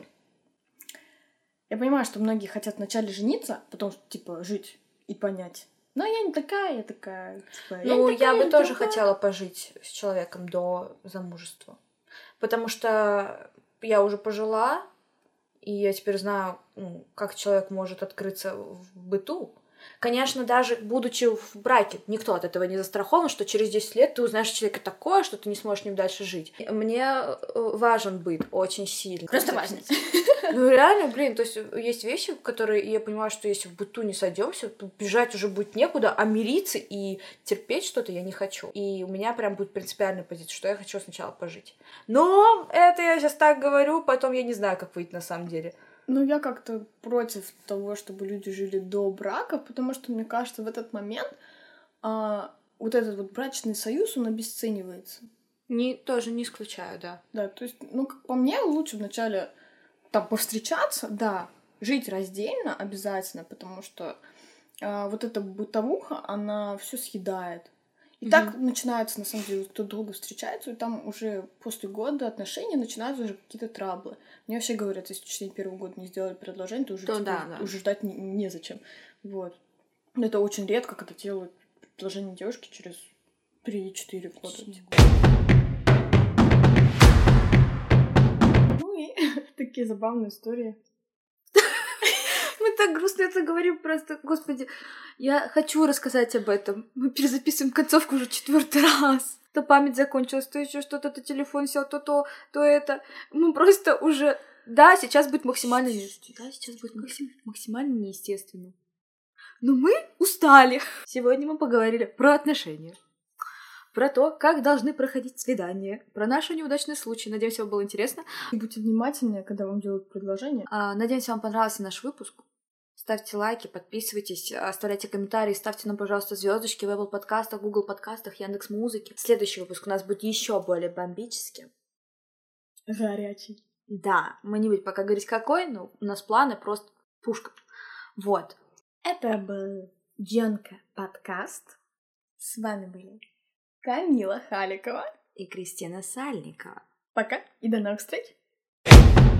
я понимаю, что многие хотят вначале жениться, потом, типа, жить и понять. Но я не такая, я такая, типа... Я бы тоже хотела пожить с человеком до замужества. Потому что я уже пожила, и я теперь знаю, как человек может открыться в быту. Конечно, даже будучи в браке, никто от этого не застрахован, что через 10 лет ты узнаешь человека такое, что ты не сможешь с ним дальше жить. Мне важен быт очень сильно. Просто важно. Реально, то есть есть вещи, которые я понимаю, что если в быту не сойдемся, бежать уже будет некуда, а мириться и терпеть что-то я не хочу. И у меня прям будет принципиальная позиция, что я хочу сначала пожить. Но это я сейчас так говорю, потом я не знаю, как выйти на самом деле. Я как-то против того, чтобы люди жили до брака, потому что, мне кажется, в этот момент вот этот вот брачный союз, он обесценивается. Тоже не исключаю, да. Да, то есть, как по мне, лучше вначале там повстречаться, да, жить раздельно обязательно, потому что вот эта бытовуха, она все съедает. И так начинается, на самом деле, кто долго встречается, и там уже после года отношений начинаются уже какие-то траблы. Мне вообще говорят, если в течение первого года не сделали предложение, то уже, уже ждать незачем. Вот. Но это очень редко, когда делают предложение девушке через 3-4 года. Такие забавные истории. Мы так грустно это говорим просто. Господи, я хочу рассказать об этом. Мы перезаписываем концовку уже 4-й раз. То память закончилась, то еще что-то, то телефон сел, то это. Мы просто уже... Да, сейчас будет максимально... Да, сейчас будет максимально неестественно. Но мы устали. Сегодня мы поговорили про отношения. Про то, как должны проходить свидания. Про наши неудачные случаи. Надеемся, вам было интересно. Будьте внимательнее, когда вам делают предложение. Надеемся, вам понравился наш выпуск. Ставьте лайки, подписывайтесь, оставляйте комментарии, ставьте нам, пожалуйста, звездочки в Apple подкастах, Google подкастах, Яндекс.Музыке. Следующий выпуск у нас будет еще более бомбическим. Горячий. Да, мы не будем пока говорить какой, но у нас планы просто пушка. Вот. Это был Джонка подкаст. С вами были Камила Халикова и Кристина Сальникова. Пока и до новых встреч!